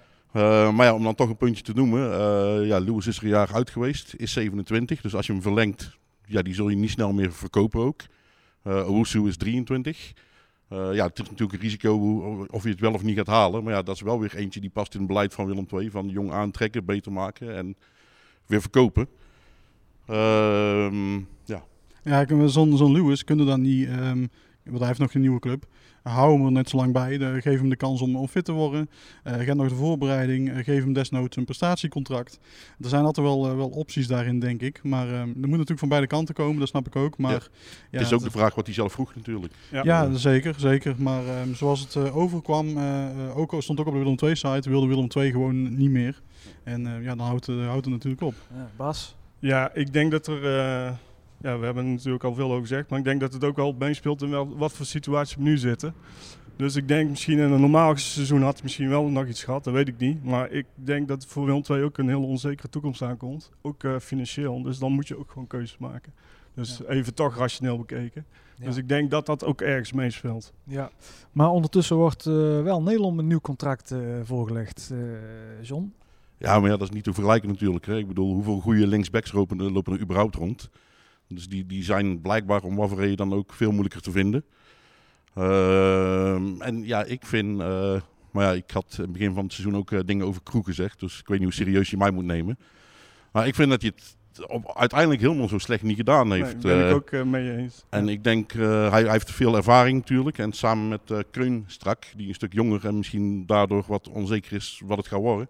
Uh, maar ja, om dan toch een puntje te noemen. Uh, ja, Lewis is er een jaar uit geweest, is zevenentwintig. Dus als je hem verlengt, ja, die zul je niet snel meer verkopen ook. Uh, Owusu is drieëntwintig. Uh, ja, het is natuurlijk een risico of je het wel of niet gaat halen. Maar ja, dat is wel weer eentje die past in het beleid van Willem twee. Van jong aantrekken, beter maken en weer verkopen. Uh, ja. Ja, zo'n zo'n Lewis kunnen dan niet... Um, Want hij heeft nog geen nieuwe club. Hou hem er net zo lang bij. De, geef hem de kans om, om fit te worden. Uh, ga nog de voorbereiding. Uh, geef hem desnoods een prestatiecontract. Er zijn altijd wel, uh, wel opties daarin, denk ik. Maar uh, er moet natuurlijk van beide kanten komen. Dat snap ik ook. Maar, ja. Ja, het is ook de vraag wat hij zelf vroeg natuurlijk. Ja, ja zeker, zeker. Maar uh, zoals het uh, overkwam, uh, ook, stond ook op de Willem twee site, wilde Willem twee gewoon niet meer. En uh, ja, dan houdt, uh, houdt het natuurlijk op. Ja, Bas? Ja, ik denk dat er... Uh, ja, we hebben er natuurlijk al veel over gezegd, maar ik denk dat het ook wel meespeelt in wel, wat voor situatie we nu zitten. Dus ik denk misschien in een normaal seizoen had hij misschien wel nog iets gehad, dat weet ik niet. Maar ik denk dat voor Willem twee ook een hele onzekere toekomst aankomt. Ook uh, financieel, dus dan moet je ook gewoon keuzes maken. Dus ja. even toch rationeel bekeken. Ja. Dus ik denk dat dat ook ergens meespeelt. Ja, maar ondertussen wordt uh, wel Nederland een nieuw contract uh, voorgelegd, uh, John. Ja, maar ja, dat is niet te vergelijken natuurlijk. Hè. Ik bedoel, hoeveel goede linksbacks lopen, lopen er überhaupt rond? Dus die, die zijn blijkbaar om wat voor reden dan ook veel moeilijker te vinden. Uh, en ja, ik vind... Uh, maar ja, ik had in het begin van het seizoen ook uh, dingen over Kroeg gezegd. Dus ik weet niet hoe serieus je mij moet nemen. Maar ik vind dat hij het op, uiteindelijk helemaal zo slecht niet gedaan heeft. Nee, ben uh, ik ook uh, mee eens. En ja. ik denk, uh, hij, hij heeft veel ervaring natuurlijk. En samen met uh, Kreun strak, die een stuk jonger en misschien daardoor wat onzeker is wat het gaat worden.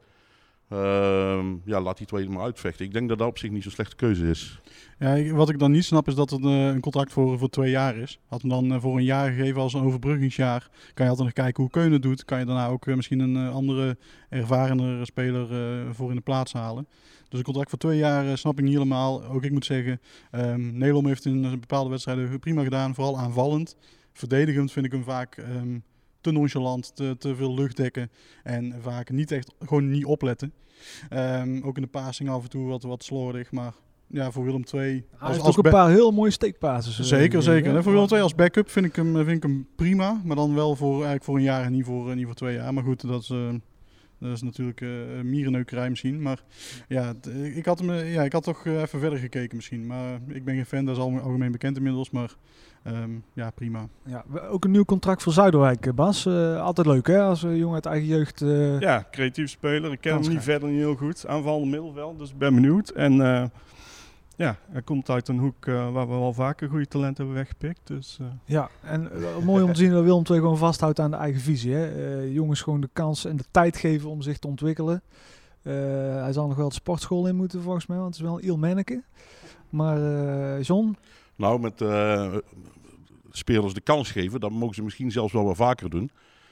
Uh, ja, laat die twee maar uitvechten. Ik denk dat dat op zich niet zo'n slechte keuze is. Ja, ik, wat ik dan niet snap is dat het uh, een contract voor, voor twee jaar is. Had hem dan uh, voor een jaar gegeven als een overbruggingsjaar. Kan je altijd nog kijken hoe Keun het doet. Kan je daarna ook uh, misschien een uh, andere, ervarendere speler uh, voor in de plaats halen. Dus een contract voor twee jaar uh, snap ik niet helemaal. Ook ik moet zeggen, um, Nelom heeft in uh, bepaalde wedstrijden prima gedaan. Vooral aanvallend. Verdedigend vind ik hem vaak... Um, te nonchalant, te, te veel lucht dekken en vaak niet echt, gewoon niet opletten. Um, ook in de passing af en toe wat, wat slordig, maar ja, voor Willem twee... Hij als, heeft als ook een paar heel mooie steekpasses. Zeker, uh, zeker. Ja. En voor Willem twee als backup vind ik hem, vind ik hem prima, maar dan wel voor, eigenlijk voor een jaar en niet voor, niet voor twee jaar. Maar goed, dat is... Uh, Dat is natuurlijk uh, mierenneukerij misschien. Maar ja, t- ik, had hem, uh, ja, ik had toch uh, even verder gekeken misschien. Maar uh, ik ben geen fan, dat is al algemeen bekend inmiddels. Maar um, ja, prima. Ja, ook een nieuw contract voor Zuiderwijk, Bas. Uh, altijd leuk hè, als een jongen uit eigen jeugd... Uh, ja, creatief speler. Ik ken hem niet verder niet heel goed. Aanvallende middenveld, dus ik ben benieuwd. En uh, ja, hij komt uit een hoek uh, waar we wel vaker goede talenten hebben weggepikt. Dus, uh. Ja, en uh, mooi om te zien dat Willem twee gewoon vasthoudt aan de eigen visie. Hè? Uh, jongens gewoon de kans en de tijd geven om zich te ontwikkelen. Uh, hij zal nog wel de sportschool in moeten volgens mij, want het is wel een iel manneke. Maar uh, John? Nou, met uh, spelers de kans geven, dat mogen ze misschien zelfs wel wat vaker doen.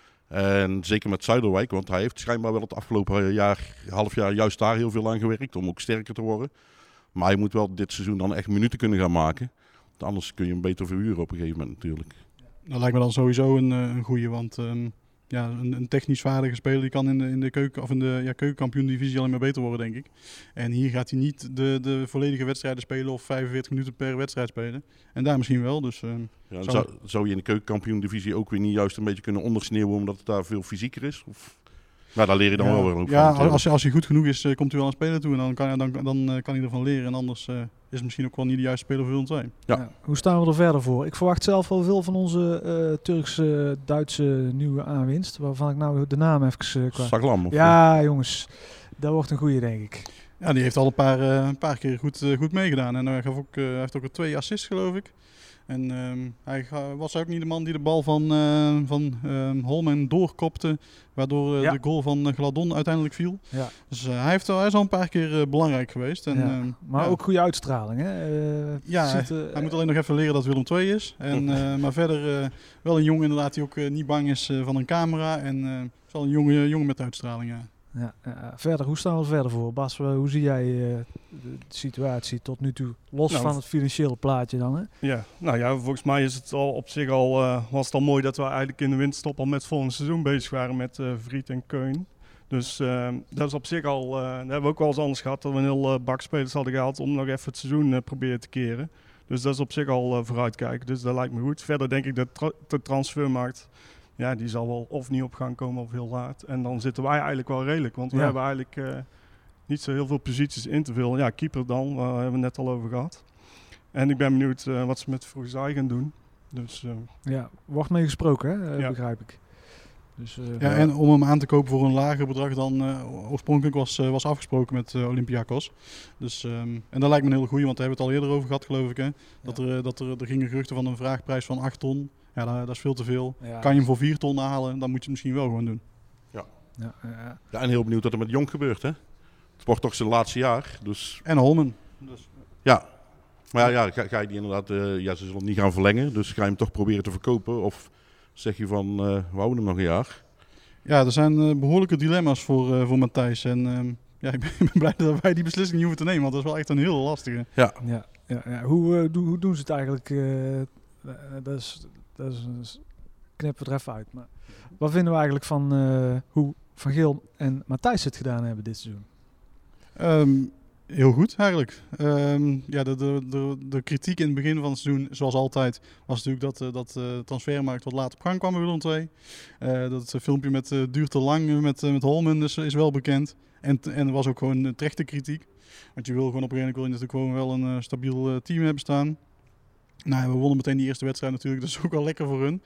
En zeker met Zuiderwijk, want hij heeft schijnbaar wel het afgelopen jaar, half jaar juist daar heel veel aan gewerkt om ook sterker te worden. Maar hij moet wel dit seizoen dan echt minuten kunnen gaan maken. Want anders kun je hem beter verhuren op een gegeven moment natuurlijk. Dat lijkt me dan sowieso een, een goeie, want um, ja, een, een technisch vaardige speler die kan in de, in de keuken of in de ja, keukenkampioen-divisie alleen maar beter worden, denk ik. En hier gaat hij niet de, de volledige wedstrijden spelen of vijfenveertig minuten per wedstrijd spelen. En daar misschien wel. Dus, um, ja, zou... Zou, zou je in de keukenkampioen-divisie ook weer niet juist een beetje kunnen ondersneeuwen omdat het daar veel fysieker is? Of... Maar daar leer je dan ja, wel weer over. Ja, als, als hij goed genoeg is, uh, komt hij wel aan spelen toe en dan kan, dan, dan uh, kan hij ervan leren. En anders uh, is het misschien ook wel niet de juiste speler voor Willem twee. Ja. Ja. Hoe staan we er verder voor? Ik verwacht zelf wel veel van onze uh, Turkse, Duitse nieuwe aanwinst. Waarvan ik nou de naam even... Uh, qua... Saglam? Of ja, uh, jongens. Dat wordt een goeie, denk ik. Ja, die heeft al een paar, uh, een paar keer goed, uh, goed meegedaan. En hij, gaf ook, uh, hij heeft ook twee assists, geloof ik. En um, hij ga, was ook niet de man die de bal van, uh, van um, Holmen doorkopte, waardoor uh, ja. de goal van uh, Gladon uiteindelijk viel. Ja. Dus uh, hij, heeft, hij is al een paar keer uh, belangrijk geweest. En, ja. um, maar ja. ook goede uitstraling, hè? Uh, ja, ziet, uh, hij, hij moet alleen nog even leren dat Willem twee is. En, uh, maar verder uh, wel een jongen inderdaad die ook uh, niet bang is uh, van een camera. En uh, wel een jongen, jongen met uitstraling, ja. Ja, uh, verder, hoe staan we er verder voor? Bas, uh, hoe zie jij uh, de, de situatie tot nu toe? Los nou, van het financiële plaatje dan, hè? Ja, nou ja, volgens mij is het al op zich al, uh, was het al mooi dat we eigenlijk in de winterstop al met het volgende seizoen bezig waren met uh, Vriet en Keun. Dus uh, dat is op zich al, uh, dat hebben we ook wel eens anders gehad, dat we een heel uh, bak spelers hadden gehaald om nog even het seizoen uh, proberen te keren. Dus dat is op zich al uh, vooruitkijken, dus dat lijkt me goed. Verder denk ik dat tra- de transfermarkt... Ja, die zal wel of niet op gang komen of heel laat. En dan zitten wij eigenlijk wel redelijk. Want we ja. hebben eigenlijk uh, niet zo heel veel posities in te vullen. Ja, keeper dan, daar hebben we het net al over gehad. En ik ben benieuwd uh, wat ze met Vroegzaai gaan doen. Dus, uh, ja, wordt mee gesproken, hè? Uh, ja. begrijp ik. Dus, uh, ja, en om hem aan te kopen voor een lager bedrag dan uh, oorspronkelijk was, uh, was afgesproken met uh, Olympiakos. Dus, um, en dat lijkt me een hele goeie, want daar hebben we het al eerder over gehad, geloof ik. Hè? Dat, ja. er, dat er, er gingen geruchten van een vraagprijs van acht ton. Ja, dat, dat is veel te veel. Ja, kan je hem voor vier ton halen, dan moet je het misschien wel gewoon doen. Ja, ja, ja. ja en heel benieuwd wat er met Jong gebeurt. Hè? Het wordt toch zijn laatste jaar. Dus... En Holmen. Dus... Ja. Maar ja, ja ga, ga je die inderdaad, uh, ja, ze zullen niet gaan verlengen, dus ga je hem toch proberen te verkopen? Of zeg je van, uh, we houden hem nog een jaar? Ja, er zijn uh, behoorlijke dilemma's voor, uh, voor Matthijs. En uh, ja, ik ben, ik ben blij dat wij die beslissing niet hoeven te nemen, want dat is wel echt een heel lastige. Ja. ja, ja, ja. Hoe, uh, do, hoe doen ze het eigenlijk? Uh, dat is, dat is, knippen we er even uit. Maar wat vinden we eigenlijk van uh, hoe Van Geel en Matthijs het gedaan hebben dit seizoen? Um, Heel goed eigenlijk. Um, ja, de, de, de, de kritiek in het begin van het seizoen, zoals altijd, was natuurlijk dat, uh, dat de uh, transfermarkt wat laat op gang kwam bij Willem twee. Uh, dat uh, filmpje met uh, duurt te lang uh, met, uh, met Holmen is, is wel bekend. En, en er was ook gewoon uh, terechte kritiek. Want je wil gewoon op een gegeven moment natuurlijk gewoon wel een uh, stabiel uh, team hebben staan. Nou, we wonnen meteen die eerste wedstrijd natuurlijk, dat is ook wel lekker voor hun.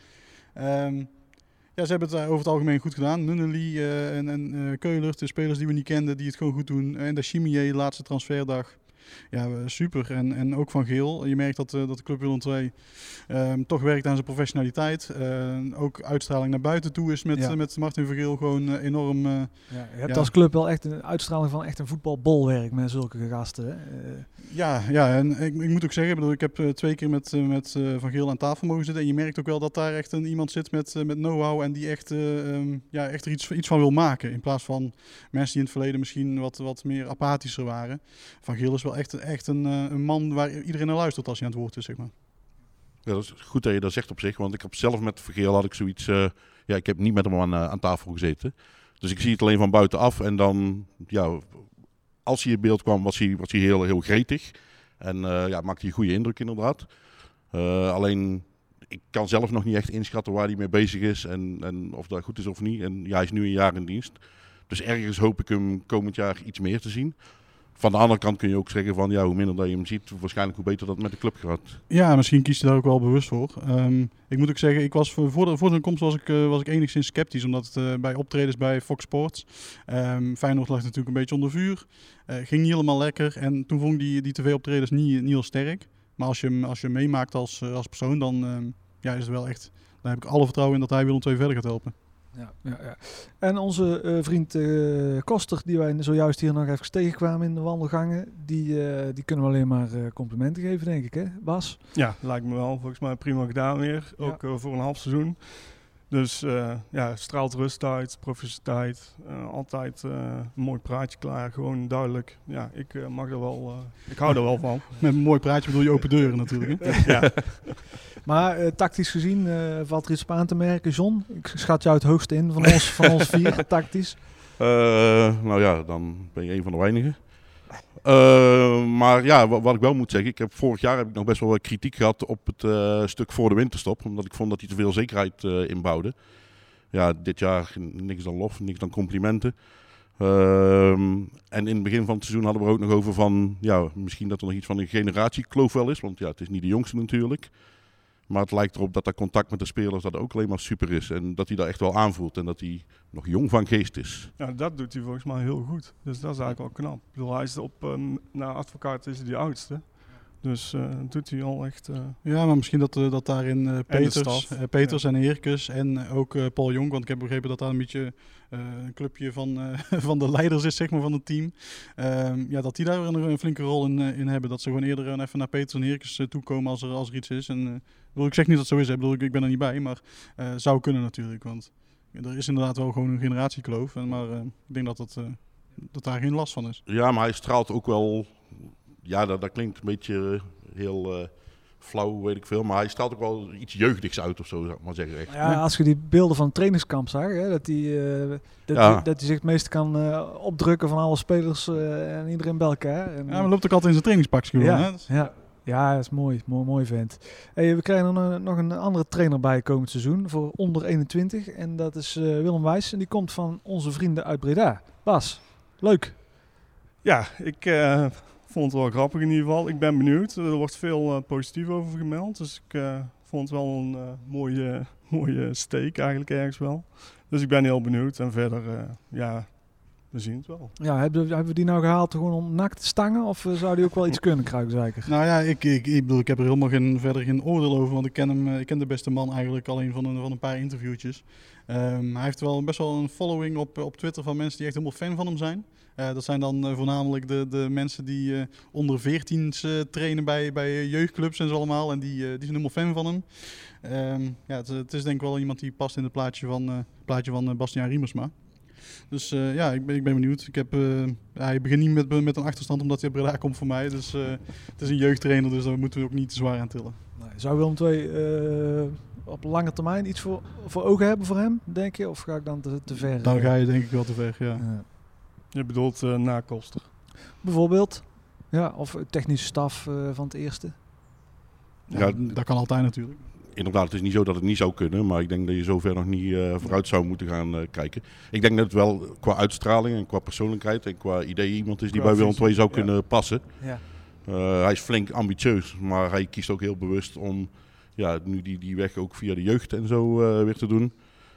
Um, Ja, ze hebben het over het algemeen goed gedaan. Nunnely uh, en, en uh, Keulert, de spelers die we niet kenden, die het gewoon goed doen. En de Chimier, laatste transferdag. Ja, super. En, en ook Van Geel. Je merkt dat, uh, dat de club Willem twee um, toch werkt aan zijn professionaliteit. Uh, ook uitstraling naar buiten toe is met, ja. uh, met Martin Van Geel gewoon uh, enorm... Uh, ja, je hebt ja. als club wel echt een uitstraling van echt een voetbalbolwerk met zulke gasten. Hè? Uh. Ja, ja, en ik, ik moet ook zeggen, ik, bedoel, ik heb uh, twee keer met, uh, met uh, Van Geel aan tafel mogen zitten. En je merkt ook wel dat daar echt een, iemand zit met, uh, met know-how en die echt, uh, um, ja, echt er iets, iets van wil maken. In plaats van mensen die in het verleden misschien wat, wat meer apathischer waren. Van Geel is wel echt, echt een, uh, een man waar iedereen naar luistert als hij aan het woord is, zeg maar. Ja, dat is goed dat je dat zegt op zich, want ik heb zelf met Van Geel had ik zoiets, uh, ja, ik heb niet met hem aan, uh, aan tafel gezeten. Dus ik zie het alleen van buitenaf en dan, ja, als hij in beeld kwam was hij, was hij heel, heel gretig. En uh, ja, maakte hij een goede indruk inderdaad. Uh, alleen, ik kan zelf nog niet echt inschatten waar hij mee bezig is en, en of dat goed is of niet. En ja, hij is nu een jaar in dienst. Dus ergens hoop ik hem komend jaar iets meer te zien. Van de andere kant kun je ook zeggen van ja, hoe minder dat je hem ziet, waarschijnlijk hoe beter dat met de club gaat. Ja, misschien kiest hij daar ook wel bewust voor. Um, ik moet ook zeggen, ik was voor, voor, de, voor zijn komst was ik, uh, was ik enigszins sceptisch, omdat het uh, bij optredens bij Fox Sports, um, Feyenoord lag natuurlijk een beetje onder vuur, uh, ging niet helemaal lekker en toen vond ik die, die tv-optredens niet, niet heel sterk. Maar als je hem, als je hem meemaakt als, uh, als persoon, dan um, ja, is het wel echt, dan heb ik alle vertrouwen in dat hij Willem twee verder gaat helpen. Ja, ja, ja. En onze uh, vriend uh, Koster, die wij zojuist hier nog even tegenkwamen in de wandelgangen, die, uh, die kunnen we alleen maar uh, complimenten geven, denk ik, hè, Bas? Ja, lijkt me wel. Volgens mij prima gedaan weer. Ook ja. uh, voor een half seizoen. Dus uh, ja, straalt rust uit, professionaliteit. Uh, altijd uh, een mooi praatje klaar, gewoon duidelijk. Ja, ik uh, mag er wel, uh, ik hou er wel van. Met een mooi praatje bedoel je open deuren natuurlijk, hè? Ja. Maar uh, tactisch gezien uh, valt er iets op aan te merken. John, ik schat jou het hoogste in van ons, van ons vier, tactisch. Uh, nou ja, dan ben je een van de weinigen. Uh, maar ja, wat, wat ik wel moet zeggen, ik heb, vorig jaar heb ik nog best wel wat kritiek gehad op het uh, stuk voor de winterstop. Omdat ik vond dat hij te veel zekerheid uh, inbouwde. Ja, dit jaar niks dan lof, niks dan complimenten. Uh, en in het begin van het seizoen hadden we er ook nog over van, ja, misschien dat er nog iets van een generatiekloof wel is. Want ja, het is niet de jongste natuurlijk. Maar het lijkt erop dat dat contact met de spelers dat ook alleen maar super is. En dat hij dat echt wel aanvoelt. En dat hij nog jong van geest is. Ja, dat doet hij volgens mij heel goed. Dus dat is eigenlijk wel knap. Ik bedoel, hij is op, um, na advocaat is hij de oudste. Dus uh, doet hij al echt... Uh... Ja, maar misschien dat, uh, dat daarin uh, Peters, uh, Peters ja. en Heerkes en ook uh, Paul Jong. Want ik heb begrepen dat daar een beetje uh, een clubje van, uh, van de leiders is, zeg maar, van het team. Uh, ja, dat die daar een, een flinke rol in, uh, in hebben. Dat ze gewoon eerder uh, even naar Peters en Heerkes uh, toekomen als er, als er iets is. En, uh, bedoel, ik zeg niet dat het zo is, hè. Bedoel, ik, ik ben er niet bij, maar uh, zou kunnen natuurlijk. Want er is inderdaad wel gewoon een generatiekloof. En, maar uh, ik denk dat, het, uh, dat daar geen last van is. Ja, maar hij straalt ook wel... Ja, dat, dat klinkt een beetje heel uh, flauw, weet ik veel. Maar hij straalt ook wel iets jeugdigs uit of zo, zou ik maar zeggen. Echt. Ja, als je die beelden van het trainingskamp zag, hè, dat hij uh, dat ja. die, dat die zich het meeste kan uh, opdrukken van alle spelers uh, en iedereen bij elkaar. En, ja, maar loopt ook altijd in zijn trainingspak gewoon. Ja, hè? ja. Ja, dat is mooi. Mooi, mooi vent. Hey, we krijgen er nog een andere trainer bij komend seizoen voor onder eenentwintig. En dat is uh, Willem Wijs. En die komt van onze vrienden uit Breda. Bas, leuk. Ja, ik... Uh... Ik vond het wel grappig in ieder geval. Ik ben benieuwd. Er wordt veel uh, positief over gemeld. Dus ik uh, vond het wel een uh, mooie, mooie steek eigenlijk ergens wel. Dus ik ben heel benieuwd. En verder, uh, ja, we zien het wel. Ja, hebben, hebben we die nou gehaald gewoon om nakt te stangen? Of uh, zou die ook wel iets kunnen, Kruijzeiker? Nou ja, ik, ik, ik bedoel, ik heb er helemaal geen, verder geen oordeel over. Want ik ken hem, ik ken de beste man eigenlijk alleen van een, van een paar interviewtjes. Um, hij heeft wel best wel een following op, op Twitter van mensen die echt helemaal fan van hem zijn. Uh, dat zijn dan uh, voornamelijk de, de mensen die uh, onder veertiens uh, trainen bij, bij jeugdclubs en zo allemaal. En die, uh, die zijn helemaal fan van hem. Um, ja, het, het is denk ik wel iemand die past in het plaatje van, uh, plaatje van uh, Bastiaan Riemersma. Dus uh, ja, ik ben, ik ben benieuwd. Ik heb, uh, hij begint niet met, met een achterstand omdat hij op Breda komt voor mij. Dus uh, het is een jeugdtrainer, dus daar moeten we ook niet te zwaar aan tillen. Nee, zou Willem twee uh, op lange termijn iets voor, voor ogen hebben voor hem, denk je? Of ga ik dan te, te ver? Dan ga je denk ik wel te ver, ja. ja. Je bedoelt uh, na Koster? Bijvoorbeeld. Ja, of technische staf uh, van het eerste. Ja, ja, dat kan altijd natuurlijk. Inderdaad, het is niet zo dat het niet zou kunnen, maar ik denk dat je zover nog niet uh, vooruit zou moeten gaan uh, kijken. Ik denk dat het wel qua uitstraling en qua persoonlijkheid en qua idee iemand is die qua bij Willem twee zou ja. kunnen passen. Ja. Uh, hij is flink ambitieus, maar hij kiest ook heel bewust om ja, nu die, die weg ook via de jeugd en zo uh, weer te doen.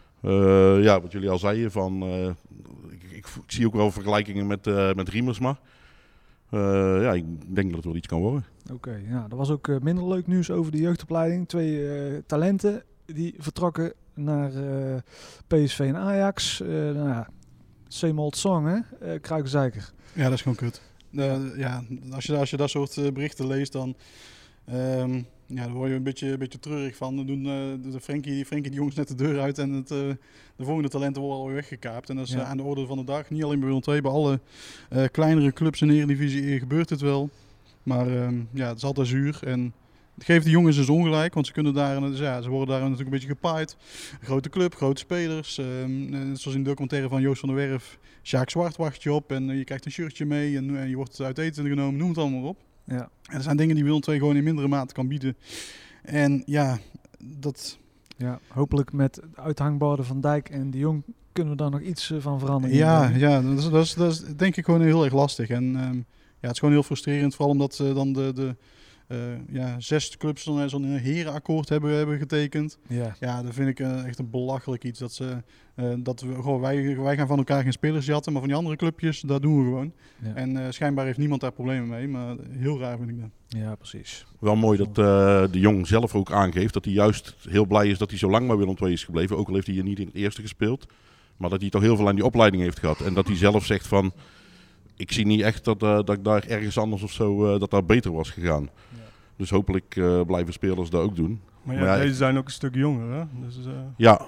Uh, ja, wat jullie al zeiden, van, uh, ik, ik, ik zie ook wel vergelijkingen met, uh, met Riemersma. Uh, ja, ik denk dat het wel iets kan worden. Oké, okay, ja, er was ook uh, minder leuk nieuws over de jeugdopleiding. Twee uh, talenten die vertrokken naar uh, P S V en Ajax. Uh, nou ja, same old song, hè? Uh, Kruijzeiker. Ja, dat is gewoon kut. Uh, ja, als je, als je dat soort uh, berichten leest, dan, um, ja, dan word je een beetje, een beetje treurig van. Dan doen uh, de Frenkie, Frenkie die jongens net de deur uit en het, uh, de volgende talenten worden alweer weggekaapt. En dat is ja. uh, aan de orde van de dag. Niet alleen bij Willem twee, bij alle uh, kleinere clubs in de Eredivisie gebeurt het wel. Maar um, ja, het is altijd zuur. En het geeft de jongens dus ongelijk, want ze kunnen daar, dus ja, ze worden daar natuurlijk een beetje gepaaid. Grote club, grote spelers. Um, zoals in de documentaire van Joost van der Werf. Sjaak Zwart wacht je op en uh, je krijgt een shirtje mee en, en je wordt uit eten genomen, noem het allemaal op. Ja. En er zijn dingen die Willem twee gewoon in mindere mate kan bieden. En ja, dat... Ja, hopelijk met uithangborden van Dijk en de Jong kunnen we daar nog iets uh, van veranderen. Ja, ja dat, is, dat, is, dat is denk ik gewoon heel erg lastig. En um, ja, het is gewoon heel frustrerend, vooral omdat uh, dan de... de Uh, ja, zes clubs dan zo'n herenakkoord hebben, hebben getekend. Ja. Ja, dat vind ik uh, echt een belachelijk iets. Dat, ze, uh, dat we, goh, wij, wij gaan van elkaar geen spelers jatten, maar van die andere clubjes, dat doen we gewoon. Ja. En uh, schijnbaar heeft niemand daar problemen mee, maar heel raar vind ik dat. Ja, precies. Wel mooi dat uh, de Jong zelf ook aangeeft dat hij juist heel blij is dat hij zo lang bij Willem twee is gebleven. Ook al heeft hij hier niet in het eerste gespeeld, maar dat hij toch heel veel aan die opleiding heeft gehad. En dat hij zelf zegt van, ik zie niet echt dat, uh, dat ik daar ergens anders of zo, uh, dat daar beter was gegaan. Ja. Dus hopelijk uh, blijven spelers dat ook doen. Maar ja, maar ja, deze zijn ook een stuk jonger, hè? Dus, uh... ja.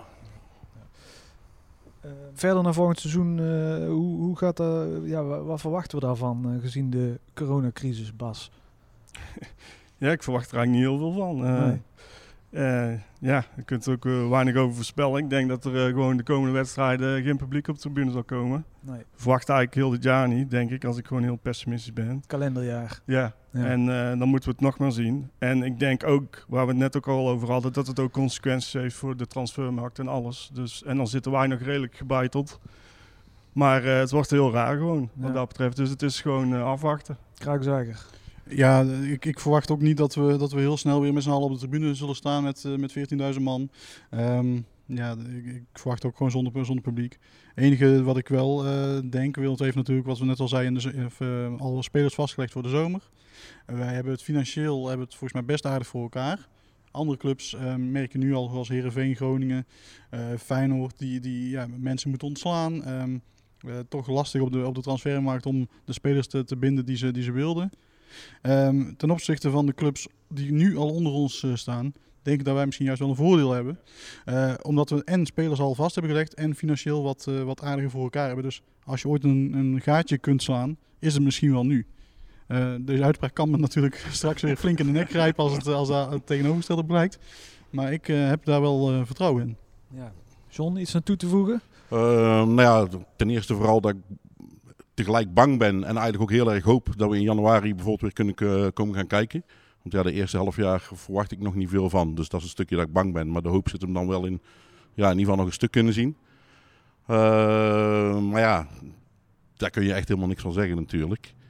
Uh, verder naar volgend seizoen, uh, hoe, hoe gaat dat, ja, wat, wat verwachten we daarvan, uh, gezien de coronacrisis, Bas? Ja, ik verwacht er eigenlijk niet heel veel van. Uh, nee. Uh, ja, je kunt er ook uh, weinig over voorspellen. Ik denk dat er uh, gewoon de komende wedstrijden geen publiek op de tribune zal komen. Nee. Verwacht eigenlijk heel dit jaar niet, denk ik, als ik gewoon heel pessimistisch ben. Het kalenderjaar. Ja, ja. En uh, dan moeten we het nog maar zien. En ik denk ook, waar we het net ook al over hadden, dat het ook consequenties heeft voor de transfermarkt en alles. Dus, en dan zitten wij nog redelijk gebeiteld. Maar uh, het wordt heel raar gewoon, wat ja. dat betreft. Dus het is gewoon uh, afwachten. Kruikzuiger. Ja, ik, ik verwacht ook niet dat we, dat we heel snel weer met z'n allen op de tribune zullen staan met, uh, met veertienduizend man. Um, ja, ik, ik verwacht ook gewoon zonder, zonder publiek. Het enige wat ik wel uh, denk, Willem heeft natuurlijk, wat we net al zeiden, de, uh, alle spelers vastgelegd voor de zomer. Uh, wij hebben het financieel hebben het volgens mij best aardig voor elkaar. Andere clubs uh, merken nu al, zoals Heerenveen, Groningen, uh, Feyenoord, die, die ja, mensen moeten ontslaan. Um, uh, toch lastig op de, op de transfermarkt om de spelers te, te binden die ze, die ze wilden. Um, ten opzichte van de clubs die nu al onder ons uh, staan, denk ik dat wij misschien juist wel een voordeel hebben. Uh, omdat we en spelers al vast hebben gelegd en financieel wat, uh, wat aardiger voor elkaar hebben. Dus als je ooit een, een gaatje kunt slaan, is het misschien wel nu. Uh, deze uitspraak kan me natuurlijk straks weer flink in de nek grijpen als het, als dat het tegenovergestelde blijkt. Maar ik uh, heb daar wel uh, vertrouwen in. Ja. John, iets aan toe te voegen? Uh, nou ja, ten eerste vooral dat ik tegelijk bang ben en eigenlijk ook heel erg hoop dat we in januari bijvoorbeeld weer kunnen uh, komen gaan kijken. Want ja, de eerste half jaar verwacht ik nog niet veel van. Dus dat is een stukje dat ik bang ben. Maar de hoop zit hem dan wel in, ja, in ieder geval nog een stuk kunnen zien. Uh, maar ja, daar kun je echt helemaal niks van zeggen natuurlijk.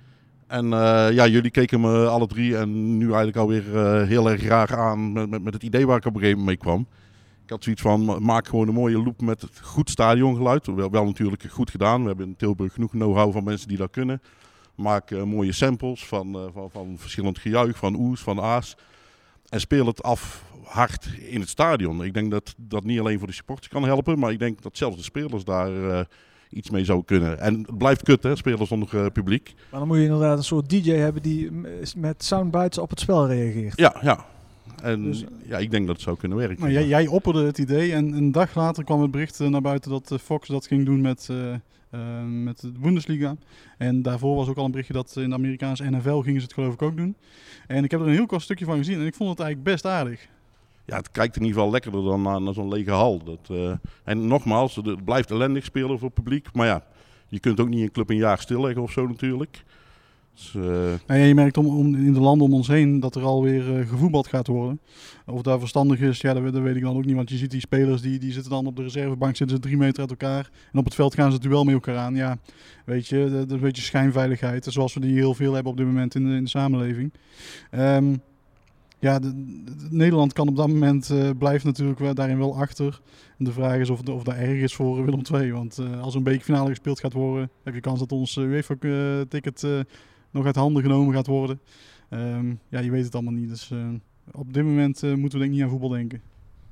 En uh, ja, jullie keken me alle drie en nu eigenlijk alweer uh, heel erg graag aan met, met, met het idee waar ik op een gegeven moment mee kwam. Ik had zoiets van, maak gewoon een mooie loop met het goed stadiongeluid. Wel, wel natuurlijk goed gedaan. We hebben in Tilburg genoeg know-how van mensen die dat kunnen. Maak uh, mooie samples van, uh, van, van verschillend gejuich, van oes, van aas. En speel het af hard in het stadion. Ik denk dat dat niet alleen voor de supporters kan helpen, maar ik denk dat zelfs de spelers daar uh, iets mee zou kunnen. En het blijft kut, hè, spelers zonder uh, publiek. Maar dan moet je inderdaad een soort D J hebben die met soundbites op het spel reageert. Ja, ja. En dus, ja, ik denk dat het zou kunnen werken. Nou, jij, jij opperde het idee en een dag later kwam het bericht naar buiten dat Fox dat ging doen met, uh, uh, met de Bundesliga. En daarvoor was ook al een berichtje dat in de Amerikaanse N F L gingen ze het geloof ik ook doen. En ik heb er een heel kort stukje van gezien en ik vond het eigenlijk best aardig. Ja, het kijkt in ieder geval lekkerder dan naar, naar zo'n lege hal. Dat, uh, en nogmaals, het blijft ellendig spelen voor het publiek. Maar ja, je kunt ook niet een club een jaar stilleggen of zo natuurlijk. Dus, uh... nou ja, je merkt om, om in de landen om ons heen dat er alweer uh, gevoetbald gaat worden. Of dat verstandig is, ja, dat, dat weet ik dan ook niet. Want je ziet die spelers, die, die zitten dan op de reservebank, zitten ze drie meter uit elkaar. En op het veld gaan ze het duel met elkaar aan. Ja, weet je, dat, dat is een beetje schijnveiligheid. Zoals we die heel veel hebben op dit moment in de, in de samenleving. Um, ja, de, de, Nederland kan op dat moment, uh, blijft natuurlijk daarin wel achter. En de vraag is of, de, of dat erg is voor Willem twee. Want uh, als een bekerfinale gespeeld gaat worden, heb je kans dat ons uh, UEFA-ticket... Uh, nog uit handen genomen gaat worden. Um, ja, je weet het allemaal niet. Dus uh, op dit moment uh, moeten we denk ik niet aan voetbal denken.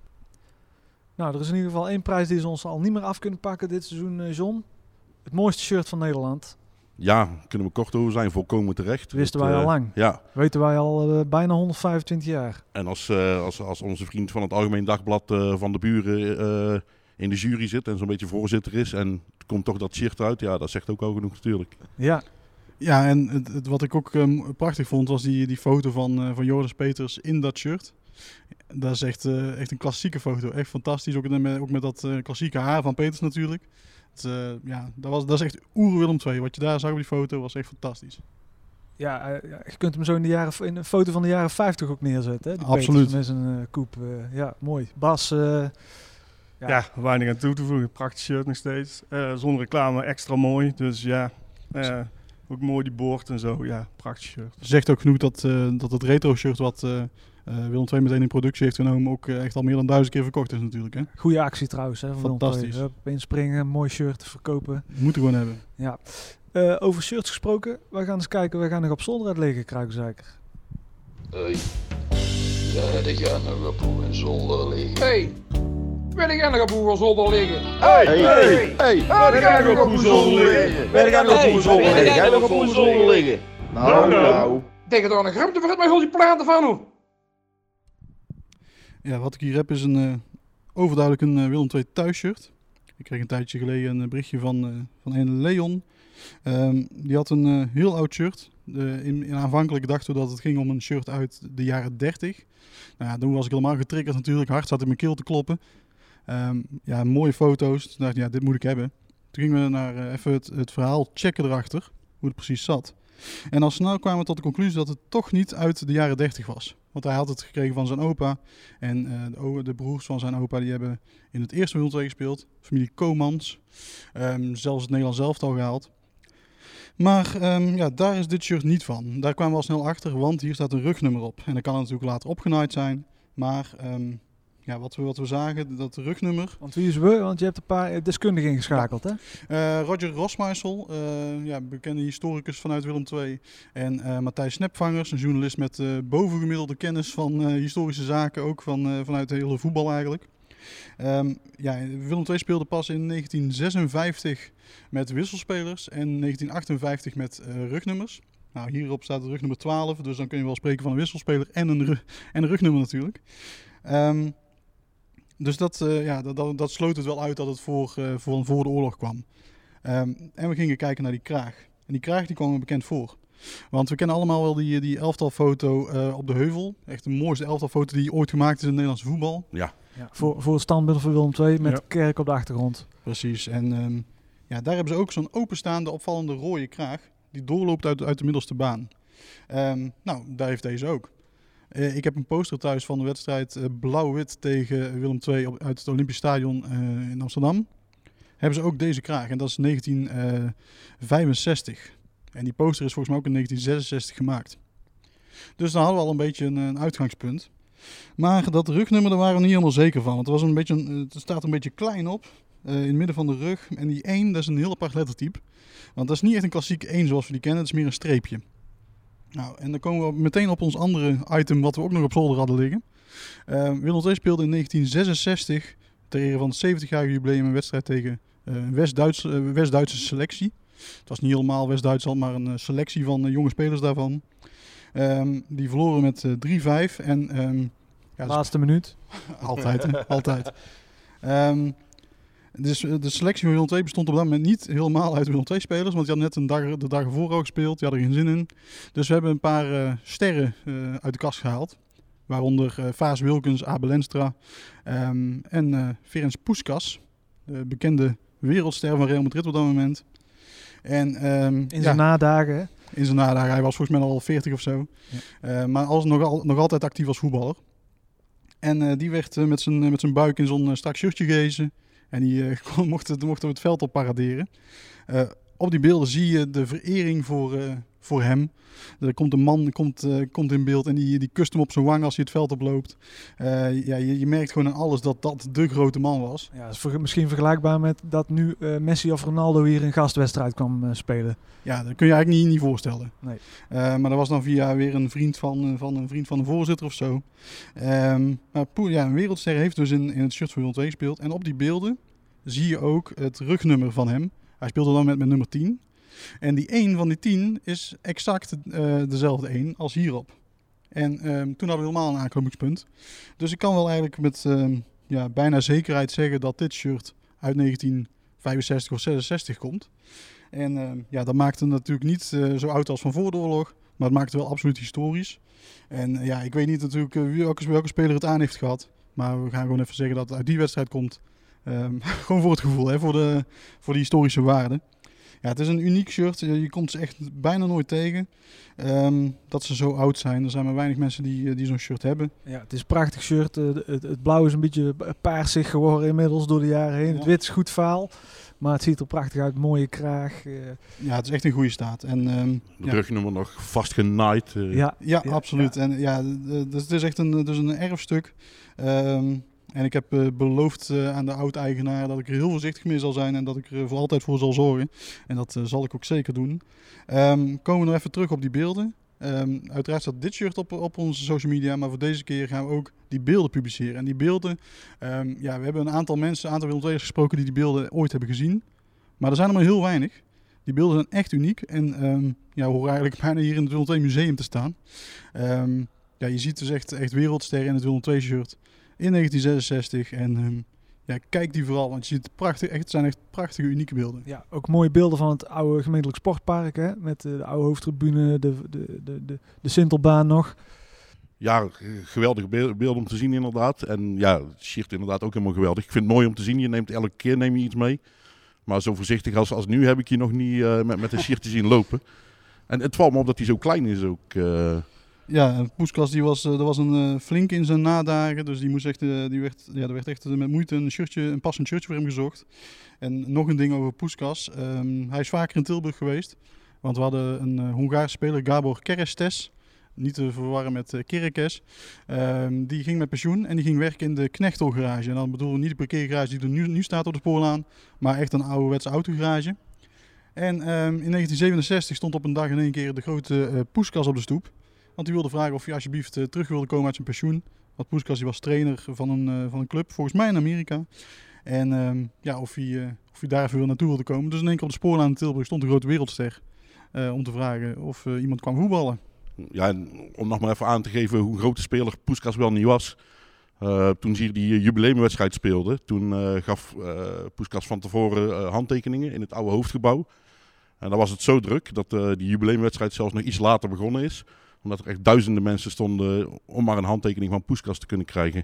Nou, er is in ieder geval één prijs die ze ons al niet meer af kunnen pakken dit seizoen, uh, John. Het mooiste shirt van Nederland. Ja, kunnen we kort over zijn. Volkomen terecht. Wisten dat, wij uh, al lang. Ja. Weten wij al uh, bijna honderdvijfentwintig jaar. En als, uh, als, als onze vriend van het Algemeen Dagblad uh, van de buren uh, in de jury zit en zo'n beetje voorzitter is en er komt toch dat shirt uit, ja, dat zegt ook al genoeg natuurlijk. Ja. Ja, en het, het, wat ik ook um, prachtig vond, was die, die foto van, uh, van Joris Peters in dat shirt. Dat is echt, uh, echt een klassieke foto. Echt fantastisch. Ook met, ook met dat uh, klassieke haar van Peters natuurlijk. Het, uh, ja, dat, was, dat is echt oer Willem twee. Wat je daar zag op die foto was echt fantastisch. Ja, uh, je kunt hem zo in, de jaren, in een foto van de jaren vijftig ook neerzetten. Hè? Die absoluut. Met zijn uh, koep. Uh, ja, mooi. Bas... Uh, ja. ja, weinig aan toe te voegen. Prachtig shirt nog steeds. Uh, zonder reclame extra mooi. Dus ja... Uh, Ook mooi die boord en zo, ja, prachtig shirt. Zegt ook genoeg dat, uh, dat het retro shirt wat uh, uh, Willem twee meteen in productie heeft genomen ook uh, echt al meer dan duizend keer verkocht is natuurlijk. Hè? Goeie actie trouwens, hè, van fantastisch. Willem twee. Inspringen, mooi shirt verkopen. Moeten we gewoon hebben. Ja. Uh, over shirts gesproken, wij gaan eens kijken, wij gaan nog op zolder uit liggen, Kruikenzeiker. Hey, ja, die gaan nog op hoe en zolder liggen. Hey! Ben ik nog op hoe zolder liggen? Hey, hey, hey, hey. Ben ik nog op hoe zolder liggen? Ben ik nog op hoe zolder liggen? Ben ik nog op hoe zolder liggen? Nou, nou. Tegen door een grumte voor het mij al die platen van hoe. Ja, wat ik hier heb is een uh, overduidelijk een uh, Willem twee thuisshirt. Ik kreeg een tijdje geleden een berichtje van, uh, van een Leon. Um, die had een uh, heel oud shirt. Uh, in, in aanvankelijk dachten we dat het ging om een shirt uit de jaren dertig. Nou ja, toen was ik helemaal getriggerd natuurlijk. Hart zat in mijn keel te kloppen. Um, ja, mooie foto's. Toen dacht ik, ja, dit moet ik hebben. Toen gingen we naar uh, even het, het verhaal checken erachter. Hoe het precies zat. En al snel kwamen we tot de conclusie dat het toch niet uit de jaren dertig was. Want hij had het gekregen van zijn opa. En uh, de, de broers van zijn opa die hebben in het eerste Willem twee gespeeld. Familie Komans. Um, zelfs het Nederlands elftal gehaald. Maar um, ja, daar is dit shirt niet van. Daar kwamen we al snel achter, want hier staat een rugnummer op. En dat kan natuurlijk later opgenaaid zijn. Maar um, ja, wat, we, wat we zagen, dat rugnummer... Want wie is we? Want je hebt een paar deskundigen ingeschakeld, hè? Uh, Roger Rosmeisel, uh, ja, bekende historicus vanuit Willem twee. En uh, Matthijs Snepvangers, een journalist met uh, bovengemiddelde kennis van uh, historische zaken. Ook van, uh, vanuit de hele voetbal eigenlijk. Um, ja, Willem twee speelde pas in negentien zesenvijftig met wisselspelers en negentien achtenvijftig met uh, rugnummers. Nou, hierop staat de rugnummer twaalf, dus dan kun je wel spreken van een wisselspeler en een, rug, en een rugnummer natuurlijk. Um, dus dat, uh, ja, dat, dat, dat sloot het wel uit dat het voor, uh, voor, voor de oorlog kwam. Um, en we gingen kijken naar die kraag. En die kraag die kwam me bekend voor. Want we kennen allemaal wel die, die elftalfoto uh, op de heuvel. Echt de mooiste elftalfoto die ooit gemaakt is in het Nederlandse voetbal. Ja. Ja, voor, voor het standbeeld van Willem twee met ja. de kerk op de achtergrond. Precies. En um, ja, daar hebben ze ook zo'n openstaande opvallende rode kraag. Die doorloopt uit, uit de middelste baan. Um, nou, daar heeft deze ook. Uh, ik heb een poster thuis van de wedstrijd uh, Blauw-Wit tegen Willem twee op, uit het Olympisch Stadion uh, in Amsterdam. Hebben ze ook deze kraag. En dat is negentien vijfenzestig. En die poster is volgens mij ook in negentien zesenzestig gemaakt. Dus daar hadden we al een beetje een, een uitgangspunt. Maar dat rugnummer, daar waren we niet helemaal zeker van. Het, was een beetje een, het staat een beetje klein op, uh, in het midden van de rug. En die één, dat is een heel apart lettertype. Want dat is niet echt een klassieke één zoals we die kennen, het is meer een streepje. Nou, en dan komen we meteen op ons andere item wat we ook nog op zolder hadden liggen. Uh, Willem twee speelde in negentien zesenzestig ter ere van het zeventigjarig jubileum een wedstrijd tegen uh, een West-Duits, uh, West-Duitse selectie. Het was niet helemaal West-Duitsland, maar een uh, selectie van uh, jonge spelers daarvan. Um, die verloren met uh, drie vijf. En, um, ja, laatste minuut. Altijd, hè? Altijd. Um, dus de selectie van Willem twee bestond op dat moment niet helemaal uit Willem twee spelers. Want die hadden net een dag, de dag ervoor al gespeeld. Die hadden er geen zin in. Dus we hebben een paar uh, sterren uh, uit de kast gehaald. Waaronder uh, Vaas Wilkens, Abel Enstra um, en uh, Ferenc Puskas. De bekende wereldster van Real Madrid op dat moment. En, um, in zijn ja, nadagen, hè? In zijn nadagen. Hij was volgens mij al veertig of zo. Ja. Uh, maar als, nog, al, nog altijd actief als voetballer. En uh, die werd uh, met zijn uh, met zijn buik in zo'n uh, strak shirtje gehezen. En die uh, mocht, mocht op het veld op paraderen. Uh, op die beelden zie je de verering voor, uh, voor hem. Er komt een man komt, uh, komt in beeld en die, die kust hem op zijn wang als hij het veld oploopt. Uh, ja, je, je merkt gewoon aan alles dat dat de grote man was. Ja, dat is voor, misschien vergelijkbaar met dat nu uh, Messi of Ronaldo hier een gastwedstrijd kwam uh, spelen. Ja, dat kun je eigenlijk niet, niet voorstellen. Nee. Uh, maar dat was dan via weer een vriend van, van een vriend van de voorzitter of zo. Um, maar Poel, ja, een wereldster heeft dus in, in het shirt van Willem twee gespeeld. En op die beelden zie je ook het rugnummer van hem. Hij speelde dan met, met nummer tien. En die één van die tien is exact uh, dezelfde één als hierop. En um, toen hadden we helemaal een aanknopingspunt. Dus ik kan wel eigenlijk met um, ja, bijna zekerheid zeggen dat dit shirt uit negentien vijfenzestig of zesenzestig komt. En uh, ja, dat maakt het natuurlijk niet uh, zo oud als van voor de oorlog. Maar het maakt het wel absoluut historisch. En uh, ja, ik weet niet natuurlijk uh, welke, welke speler het aan heeft gehad. Maar we gaan gewoon even zeggen dat het uit die wedstrijd komt. Um, gewoon voor het gevoel, hè, voor, de, voor de historische waarde. Ja, het is een uniek shirt. Je komt ze echt bijna nooit tegen. Um, dat ze zo oud zijn. Er zijn maar weinig mensen die, die zo'n shirt hebben. Ja, het is een prachtig shirt. Het, het, het blauw is een beetje paarsig geworden inmiddels door de jaren heen. Ja. Het wit is goed vaal. Maar het ziet er prachtig uit. Mooie kraag. Uh. Ja, het is echt in goede staat. En, um, de ja. rugnummer nog vast genaaid. Uh. Ja, ja, ja, absoluut. Ja. En ja, dus het is echt een, dus een erfstuk. Um, En ik heb uh, beloofd uh, aan de oud-eigenaar dat ik er heel voorzichtig mee zal zijn en dat ik er voor altijd voor zal zorgen. En dat uh, zal ik ook zeker doen. Um, komen we nog even terug op die beelden. Um, uiteraard staat dit shirt op, op onze social media, maar voor deze keer gaan we ook die beelden publiceren. En die beelden, um, ja, we hebben een aantal mensen, een aantal Willem tweeërs gesproken die die beelden ooit hebben gezien. Maar er zijn er maar heel weinig. Die beelden zijn echt uniek en um, ja, we horen eigenlijk bijna hier in het Willem twee museum te staan. Um, ja, je ziet dus echt, echt wereldsterren in het Willem twee shirt. In negentien zesenzestig en um, ja, kijk die vooral, want je ziet prachtig, echt, het zijn echt prachtige, unieke beelden. Ja, ook mooie beelden van het oude gemeentelijk sportpark, hè? Met de, de oude hoofdtribune, de, de, de, de, de Sintelbaan nog. Ja, geweldige beelden om te zien inderdaad. En ja, het shirt inderdaad ook helemaal geweldig. Ik vind het mooi om te zien, je neemt elke keer neem je iets mee. Maar zo voorzichtig als, als nu heb ik je nog niet uh, met, met een shirt te zien lopen. En het valt me op dat hij zo klein is ook. Uh, Ja, Puskas die was, dat was een uh, flink in zijn nadagen, dus die moest echt, uh, die werd, ja, er werd echt met moeite een, shirtje, een passend shirtje voor hem gezocht. En nog een ding over Puskas, um, hij is vaker in Tilburg geweest, want we hadden een uh, Hongaarse speler, Gábor Kerestes, niet te verwarren met uh, Kerekes, um, die ging met pensioen en die ging werken in de Knechtelgarage. En dan bedoelen we niet de parkeergarage die er nu, nu staat op de spoorlaan, maar echt een ouderwetse autogarage. En um, in negentien zevenenzestig stond op een dag in één keer de grote uh, Puskas op de stoep. Want hij wilde vragen of hij alsjeblieft uh, terug wilde komen uit zijn pensioen. Want Puskas was trainer van een, uh, van een club, volgens mij in Amerika. En um, ja, of, hij, uh, of hij daar even weer naartoe wilde komen. Dus in één keer op de spoorlaan in Tilburg stond een grote wereldster. Uh, om te vragen of uh, iemand kwam voetballen. Ja, en om nog maar even aan te geven hoe groot de speler Puskas wel niet was. Uh, toen ze die jubileumwedstrijd speelden, toen uh, gaf uh, Puskas van tevoren uh, handtekeningen in het oude hoofdgebouw. En dan was het zo druk dat uh, die jubileumwedstrijd zelfs nog iets later begonnen is. Omdat er echt duizenden mensen stonden om maar een handtekening van Puskas te kunnen krijgen.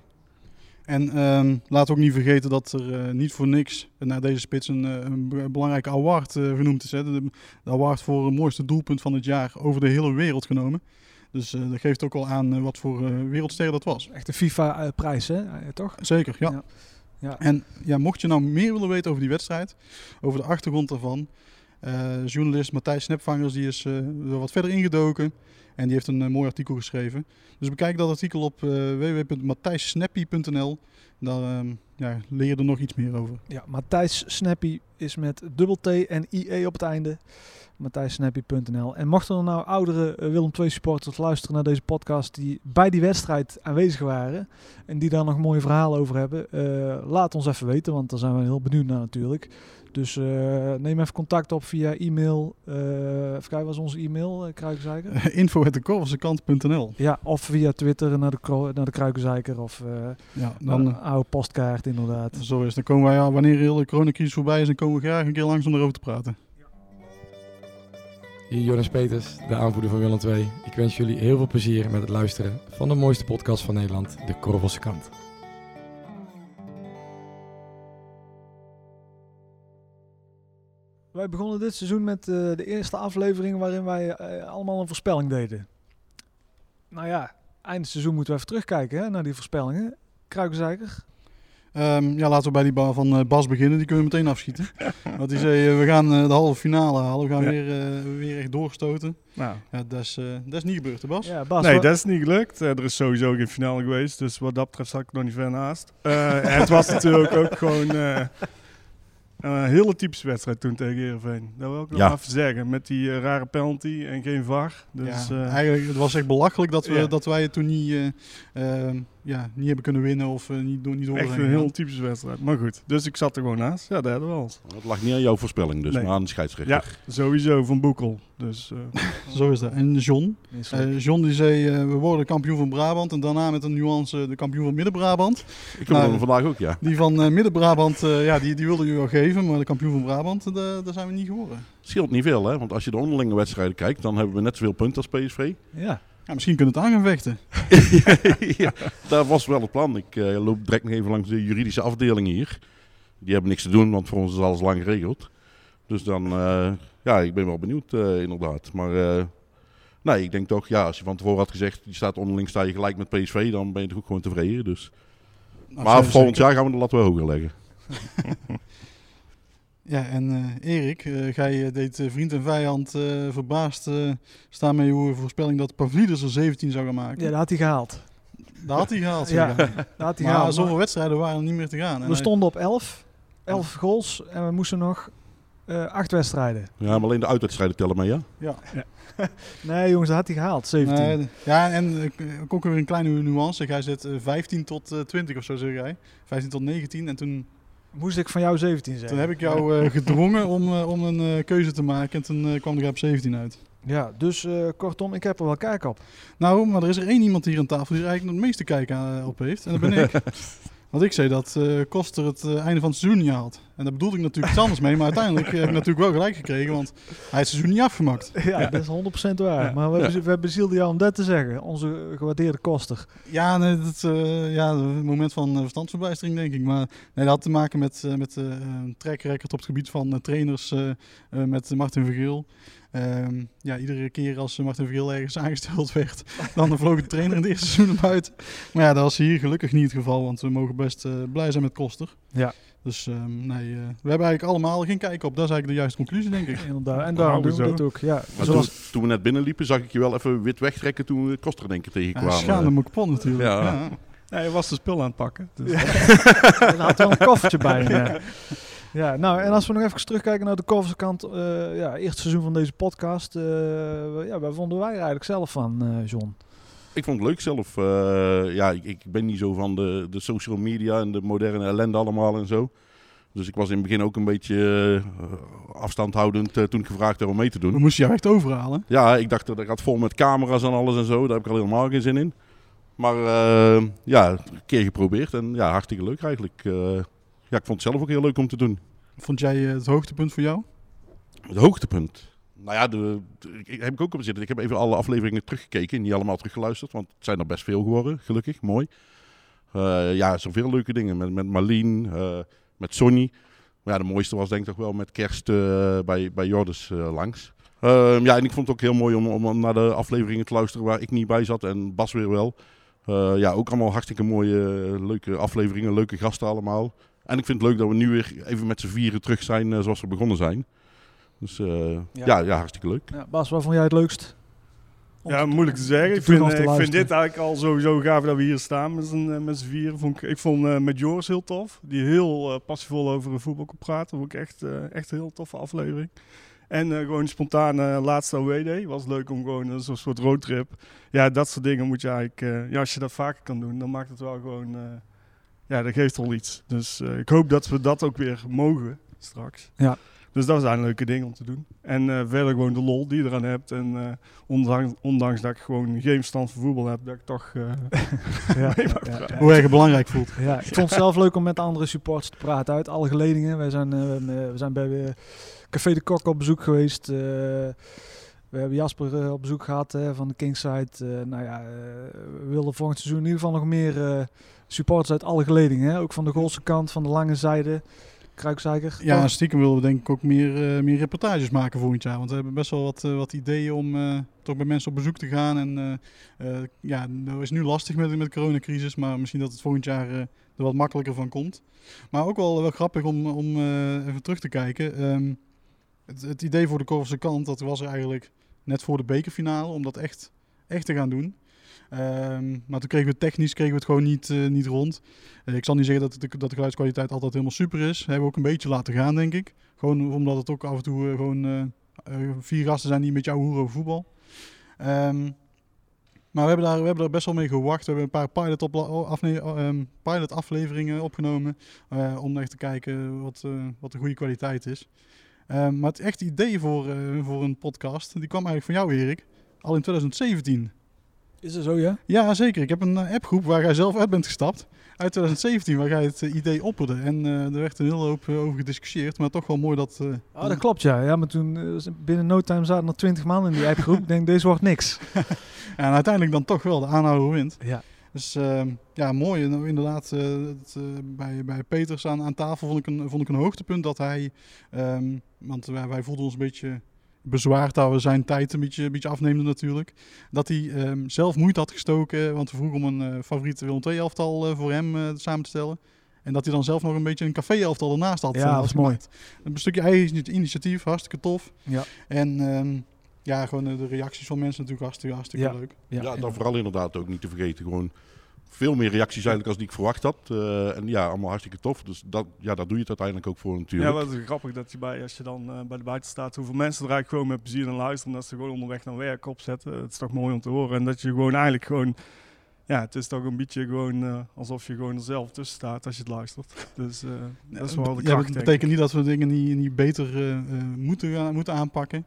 En um, laten we ook niet vergeten dat er uh, niet voor niks na deze spits een, een belangrijke award uh, genoemd is. Hè. De, de award voor het mooiste doelpunt van het jaar over de hele wereld genomen. Dus uh, dat geeft ook al aan uh, wat voor uh, wereldster dat was. Echt een FIFA-prijs, hè? Uh, toch? Zeker, ja. ja. ja. En ja, mocht je nou meer willen weten over die wedstrijd, over de achtergrond daarvan, Uh, journalist Matthijs Snepvangers die is uh, wat verder ingedoken en die heeft een uh, mooi artikel geschreven. Dus bekijk dat artikel op uh, w w w punt matthijs snappy punt n l. Daar um, ja, leer je er nog iets meer over. Ja, Matthijs Snappy is met dubbel T en I E op het einde. matthijs snappy punt n l. En mochten er nou oudere uh, Willem twee supporters luisteren naar deze podcast die bij die wedstrijd aanwezig waren en die daar nog mooie verhalen over hebben, uh, laat ons even weten, want daar zijn we heel benieuwd naar natuurlijk. Dus uh, neem even contact op via e-mail. Uh, even kijken, wat is onze e-mail, uh, Kruikenzeiker? info at de korvelsche-kant punt n l. Ja, of via Twitter naar de, naar de Kruikenzeiker of uh, ja, dan, een oude postkaart inderdaad. Zo is, dan komen wij, ja, wanneer de hele coronacrisis voorbij is, dan komen we graag een keer langs om erover te praten. Hier Jonas Peters, de aanvoerder van Willem twee. Ik wens jullie heel veel plezier met het luisteren van de mooiste podcast van Nederland, de Korvelse Kant. Wij begonnen dit seizoen met uh, de eerste aflevering waarin wij uh, allemaal een voorspelling deden. Nou ja, eind seizoen moeten we even terugkijken hè, naar die voorspellingen. Kruikenzeiker? Um, ja, laten we bij die bal van uh, Bas beginnen. Die kunnen we meteen afschieten. Want die zei, uh, we gaan uh, de halve finale halen. We gaan ja. weer, uh, weer echt doorgestoten. Nou. Ja, dat is, uh, dat is niet gebeurd, hè Bas? Ja, Bas nee, wat... dat is niet gelukt. Uh, er is sowieso geen finale geweest. Dus wat dat betreft zat ik nog niet ver naast. Uh, het was natuurlijk ook gewoon... Uh, Een hele typische wedstrijd toen tegen Heerenveen. Dat wil ik nog ja. even zeggen. Met die uh, rare penalty en geen V A R. Dus, ja, uh, eigenlijk, het was echt belachelijk dat, we, ja. dat wij het toen niet, uh, uh, ja, niet hebben kunnen winnen of uh, niet, niet door. Echt een heel typische wedstrijd. Maar goed, dus ik zat er gewoon naast. Ja, dat hadden we al. Het lag niet aan jouw voorspelling, dus nee. maar aan de scheidsrechter. Ja, sowieso van Boekel. Dus, uh, Zo is dat. En John. Uh, John die zei, uh, we worden kampioen van Brabant. En daarna met een nuance de kampioen van Midden-Brabant. Ik heb nou, vandaag ook, ja. Die van uh, Midden-Brabant, uh, ja, die, die wilde je wel geven. Maar de kampioen van Brabant, uh, daar zijn we niet geworden. Scheelt niet veel, hè. Want als je de onderlinge wedstrijden kijkt, dan hebben we net zoveel punten als P S V. Ja. Ja, misschien kunnen we het aan gaan vechten. Ja, dat was wel het plan. Ik uh, loop direct nog even langs de juridische afdeling hier. Die hebben niks te doen, want voor ons is alles lang geregeld. Dus dan, uh, ja, ik ben wel benieuwd uh, inderdaad. Maar uh, nee, ik denk toch, ja, als je van tevoren had gezegd, je staat onderling, sta je gelijk met P S V, dan ben je toch ook gewoon tevreden. Dus. Nou, maar volgend jaar gaan we de lat wel hoger leggen. Ja, en uh, Erik, uh, jij deed uh, vriend en vijand uh, verbaasd uh, staan met je voorspelling dat Pavlidis er zeventien zou gaan maken. Ja, dat had hij gehaald. Dat had hij gehaald, ja. ja. Dat had hij maar gehaald. zoveel wedstrijden waren er niet meer te gaan. We en stonden op elf, elf goals en we moesten nog uh, acht wedstrijden. Ja, maar alleen de uitwedstrijden tellen mee, ja? Ja. ja. Nee jongens, dat had hij gehaald, zeventien. Nee, ja, en uh, ook weer een kleine nuance. Jij zet uh, vijftien tot twintig of zo, zeg jij. vijftien tot negentien en toen... Moest ik van jou zeventien zeggen. Toen heb ik jou uh, gedwongen om, uh, om een uh, keuze te maken en toen uh, kwam ik op zeventien uit. Ja, dus uh, kortom, ik heb er wel kijk op. Nou, maar er is er één iemand hier aan tafel die er eigenlijk het meeste kijk aan, uh, op heeft. En dat ben ik. Want ik zei dat uh, Koster het uh, einde van het seizoen niet haalt. En daar bedoelde ik natuurlijk iets anders mee. Maar uiteindelijk uh, heb ik natuurlijk wel gelijk gekregen. Want hij heeft het seizoen niet afgemaakt. Ja, ja. Dat is honderd procent waar. Ja. Maar we, ja. we bezielden jou om dat te zeggen. Onze gewaardeerde Koster. Ja, nee, dat, uh, ja, een moment van uh, verstandsverbijstering denk ik. Maar nee, dat had te maken met, uh, met uh, een track record op het gebied van uh, trainers uh, uh, met Martin Vergeel. Um, ja, iedere keer als Martin Vergeel ergens aangesteld werd, dan vloog de trainer in het eerste seizoen naar buiten. Maar ja, dat was hier gelukkig niet het geval, want we mogen best uh, blij zijn met Koster. Ja. Dus um, nee, uh, we hebben eigenlijk allemaal geen kijk op. Dat is eigenlijk de juiste conclusie, denk ik. Inderdaad. En daarom doen we dit ook. Ja. Zoals... Toen, toen we net binnenliepen, zag ik je wel even wit wegtrekken toen we Koster denk ik tegenkwamen. Ja, schaamde me kapot natuurlijk. Ja. Ja. Ja, je was de spul aan het pakken. Dus. Ja. Er had wel een koffertje bij. Ja. Ja, nou en als we nog even terugkijken naar de Korverskant, uh, ja, eerste seizoen van deze podcast, uh, ja, waar vonden wij er eigenlijk zelf van, uh, John? Ik vond het leuk zelf. Uh, ja, ik, ik ben niet zo van de, de social media en de moderne ellende allemaal en zo. Dus ik was in het begin ook een beetje uh, afstandhoudend uh, toen ik gevraagd werd om mee te doen. We moesten jou echt overhalen. Ja, ik dacht dat ik had vol met camera's en alles en zo. Daar heb ik al helemaal geen zin in. Maar uh, ja, een keer geprobeerd en ja, hartstikke leuk eigenlijk. Uh, Ja, ik vond het zelf ook heel leuk om te doen. Vond jij het hoogtepunt voor jou? Het hoogtepunt? Nou ja, de, de, heb ik ook op zitten. Ik heb even alle afleveringen teruggekeken. Niet allemaal teruggeluisterd, want het zijn er best veel geworden. Gelukkig, mooi. Uh, ja, zoveel leuke dingen. Met, met Marleen, uh, met Sonny. Maar ja, de mooiste was denk ik toch wel met Kerst uh, bij, bij Jordis uh, langs. Uh, ja, en ik vond het ook heel mooi om, om naar de afleveringen te luisteren waar ik niet bij zat. En Bas weer wel. Uh, ja, ook allemaal hartstikke mooie, uh, leuke afleveringen. Leuke gasten allemaal. En ik vind het leuk dat we nu weer even met z'n vieren terug zijn uh, zoals we begonnen zijn. Dus uh, ja. Ja, ja, hartstikke leuk. Ja, Bas, wat vond jij het leukst? Ja, moeilijk te zeggen. Ik vind, uh, ik vind dit eigenlijk al sowieso gaaf dat we hier staan met z'n, uh, met z'n vieren. Vond ik, ik vond uh, met Joris heel tof. Die heel uh, passievol over voetbal kon praten. Vond ik echt, uh, echt een heel toffe aflevering. En uh, gewoon spontaan uh, laatste O W D. Was leuk om gewoon uh, zo'n soort roadtrip. Ja, dat soort dingen moet je eigenlijk... Uh, ja, als je dat vaker kan doen, dan maakt het wel gewoon... Uh, ja, dat geeft wel iets. Dus uh, ik hoop dat we dat ook weer mogen straks. Ja. Dus dat zijn leuke dingen om te doen. En uh, verder gewoon de lol die je eraan hebt. En uh, ondanks, ondanks dat ik gewoon geen verstand van voetbal heb, dat ik toch uh, ja, mee mag ja, praten. ja. Hoe erg het belangrijk voelt. Ja, ik vond het zelf leuk om met andere supporters te praten uit alle geledingen. Wij zijn, uh, we zijn bij uh, Café de Kok op bezoek geweest. Uh, we hebben Jasper uh, op bezoek gehad uh, van de Kingside. Uh, nou ja, uh, we willen volgend seizoen in ieder geval nog meer uh, supporters uit alle geledingen. Hè? Ook van de Goolse kant, van de lange zijde. Kruikzijker. Ja, toch? stiekem willen we denk ik ook meer, uh, meer reportages maken volgend jaar. Want we hebben best wel wat, uh, wat ideeën om uh, toch bij mensen op bezoek te gaan. En uh, uh, ja, dat is nu lastig met, met de coronacrisis. Maar misschien dat het volgend jaar uh, er wat makkelijker van komt. Maar ook wel, wel grappig om, om uh, even terug te kijken. Um, het, het idee voor de Korverse kant, dat was er eigenlijk net voor de bekerfinale. Om dat echt, echt te gaan doen. Um, maar toen kregen we technisch kregen we het gewoon niet, uh, niet rond. Uh, ik zal niet zeggen dat de, dat de geluidskwaliteit altijd helemaal super is. Hebben we ook een beetje laten gaan, denk ik. Gewoon omdat het ook af en toe uh, gewoon uh, uh, vier gasten zijn die met jou hoeren over voetbal. Um, maar we hebben, daar, we hebben daar best wel mee gewacht. We hebben een paar pilot, opla- afne- um, pilot afleveringen opgenomen. Uh, om echt te kijken wat, uh, wat de goede kwaliteit is. Um, maar het echte idee voor, uh, voor een podcast, die kwam eigenlijk van jou, Erik. Al in twintig zeventien. Is dat zo, ja? Ja, zeker. Ik heb een uh, appgroep waar jij zelf uit bent gestapt. Uit twintig zeventien, waar jij het uh, idee opperde. En uh, er werd een hele hoop uh, over gediscussieerd. Maar toch wel mooi dat... Uh, oh, dat klopt, ja. Ja, maar toen uh, binnen no time zaten er twintig man in die appgroep. Ik denk, deze wordt niks. En uiteindelijk dan toch wel de aanhouder wint. Ja. Dus uh, ja, mooi. Nou, inderdaad, uh, het, uh, bij, bij Peters aan, aan tafel vond ik, een, vond ik een hoogtepunt dat hij... Um, want wij, wij voelden ons een beetje... bezwaard dat we zijn tijd een beetje, een beetje afneemden natuurlijk. Dat hij um, zelf moeite had gestoken, want we vroegen om een uh, favoriete Willem twee elftal uh, voor hem uh, samen te stellen. En dat hij dan zelf nog een beetje een café elftal ernaast had. Ja, dat is mooi. Een stukje eigen initiatief, hartstikke tof. Ja. En um, ja, gewoon uh, de reacties van mensen natuurlijk hartstikke, hartstikke ja. leuk. Ja, ja, dan vooral inderdaad ook niet te vergeten. Gewoon veel meer reacties eigenlijk als die ik verwacht had. Uh, en ja, allemaal hartstikke tof. Dus dat, ja, daar doe je het uiteindelijk ook voor natuurlijk. Ja, wat is grappig dat je bij, als je dan uh, bij de buiten staat, hoeveel mensen er eigenlijk gewoon met plezier naar luisteren. Dat ze gewoon onderweg naar werk opzetten. Het is toch mooi om te horen. En dat je gewoon eigenlijk gewoon... Ja, het is toch een beetje gewoon uh, alsof je gewoon er zelf tussen staat als je het luistert. Dus uh, dat is wel de kracht. Ja, dat betekent niet dat we dingen niet, niet beter uh, uh, moeten, gaan, moeten aanpakken.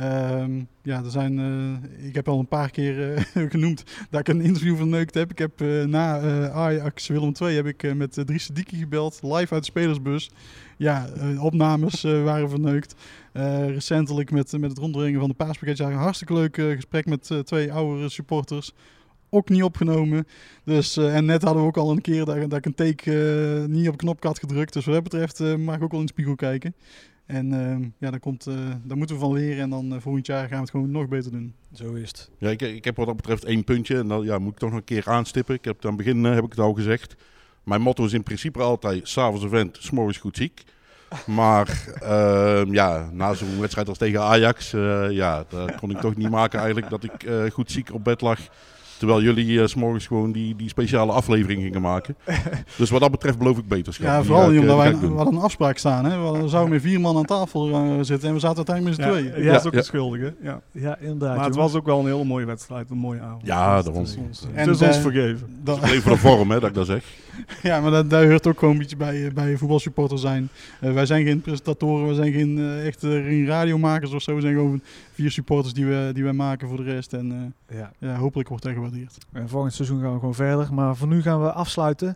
Um, ja, er zijn, uh, ik heb al een paar keer uh, genoemd dat ik een interview verneukt heb. Ik heb uh, na uh, Ajax Willem twee heb ik uh, met uh, Dries Sedicki gebeld, live uit de spelersbus. Ja, uh, opnames uh, waren verneukt. Uh, recentelijk met, uh, met het rondbrengen van de paaspakketje. Een hartstikke leuk uh, gesprek met uh, twee oudere supporters. Ook niet opgenomen. Dus, uh, en net hadden we ook al een keer dat, dat ik een take uh, niet op knop had gedrukt. Dus wat dat betreft uh, mag ik ook wel in de spiegel kijken. En uh, ja, daar, komt, uh, daar moeten we van leren. En dan uh, volgend jaar gaan we het gewoon nog beter doen. Zo is het. Ja, ik, ik heb wat dat betreft één puntje. En dat ja, moet ik toch nog een keer aanstippen. Ik heb het aan het begin uh, heb ik het al gezegd. Mijn motto is in principe altijd: 's avonds een vent, 's morgens goed ziek. Maar uh, ja, na zo'n wedstrijd als tegen Ajax, uh, ja, dat kon ik toch niet maken eigenlijk dat ik uh, goed ziek op bed lag. Terwijl jullie uh, 's morgens gewoon die, die speciale aflevering gingen maken. Dus wat dat betreft beloof ik beterschap. Ja, vooral niet omdat wij we hadden een afspraak staan. Hè? We zouden met vier man aan tafel uh, zitten en we zaten uiteindelijk met z'n ja, tweeën. Ja, dat is ook ja. de schuldige. Ja. ja, inderdaad. Maar het was ook wel een hele mooie wedstrijd, een mooie avond. Ja, dus daarom. het is ons, En het is ons uh, vergeven. Dat is alleen voor de vorm, hè, dat ik dat zeg. Ja, maar dat, dat hoort ook gewoon een beetje bij, bij voetbalsupporters zijn. Uh, wij zijn geen presentatoren, we zijn geen uh, echte geen radiomakers of zo. We zijn gewoon vier supporters die we, die we maken voor de rest. En uh, ja. Ja, hopelijk wordt dat gewaardeerd. En volgend seizoen gaan we gewoon verder. Maar voor nu gaan we afsluiten.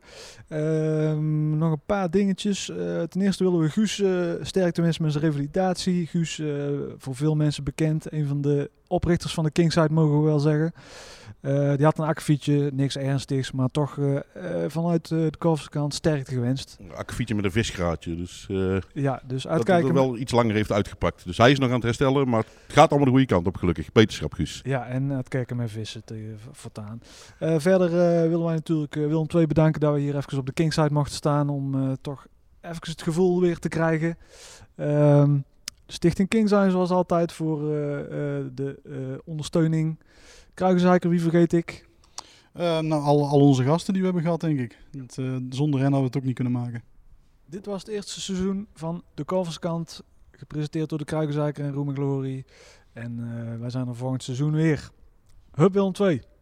Uh, nog een paar dingetjes. Uh, ten eerste willen we Guus uh, sterkte mensen met zijn revalidatie. Guus, uh, voor veel mensen bekend. Een van de oprichters van de Kingside, mogen we wel zeggen. Uh, die had een akkefietje, niks ernstigs, maar toch uh, uh, vanuit uh, de Korverse kant sterkte gewenst. Een akkefietje met een visgraatje, dus, uh, ja, dus uitkijken. Dat het wel iets langer heeft uitgepakt. Dus hij is nog aan het herstellen, maar het gaat allemaal de goede kant op, gelukkig. Beterschap, Guus. Ja, en uitkijken met vissen te, voortaan. Uh, verder uh, willen wij natuurlijk uh, Willem twee bedanken dat we hier even op de Kingside mochten staan om uh, toch even het gevoel weer te krijgen. Um, De Stichting Kingsijn zoals altijd voor uh, uh, de uh, ondersteuning. Kruigenzaker, wie vergeet ik? Uh, nou, al, al onze gasten die we hebben gehad, denk ik. Dat, uh, zonder hen hadden we het ook niet kunnen maken. Dit was het eerste seizoen van de Kalverskant. Gepresenteerd door de Kruigenzaker en Roem en Glory. En uh, wij zijn er volgend seizoen weer. Hup Willem twee.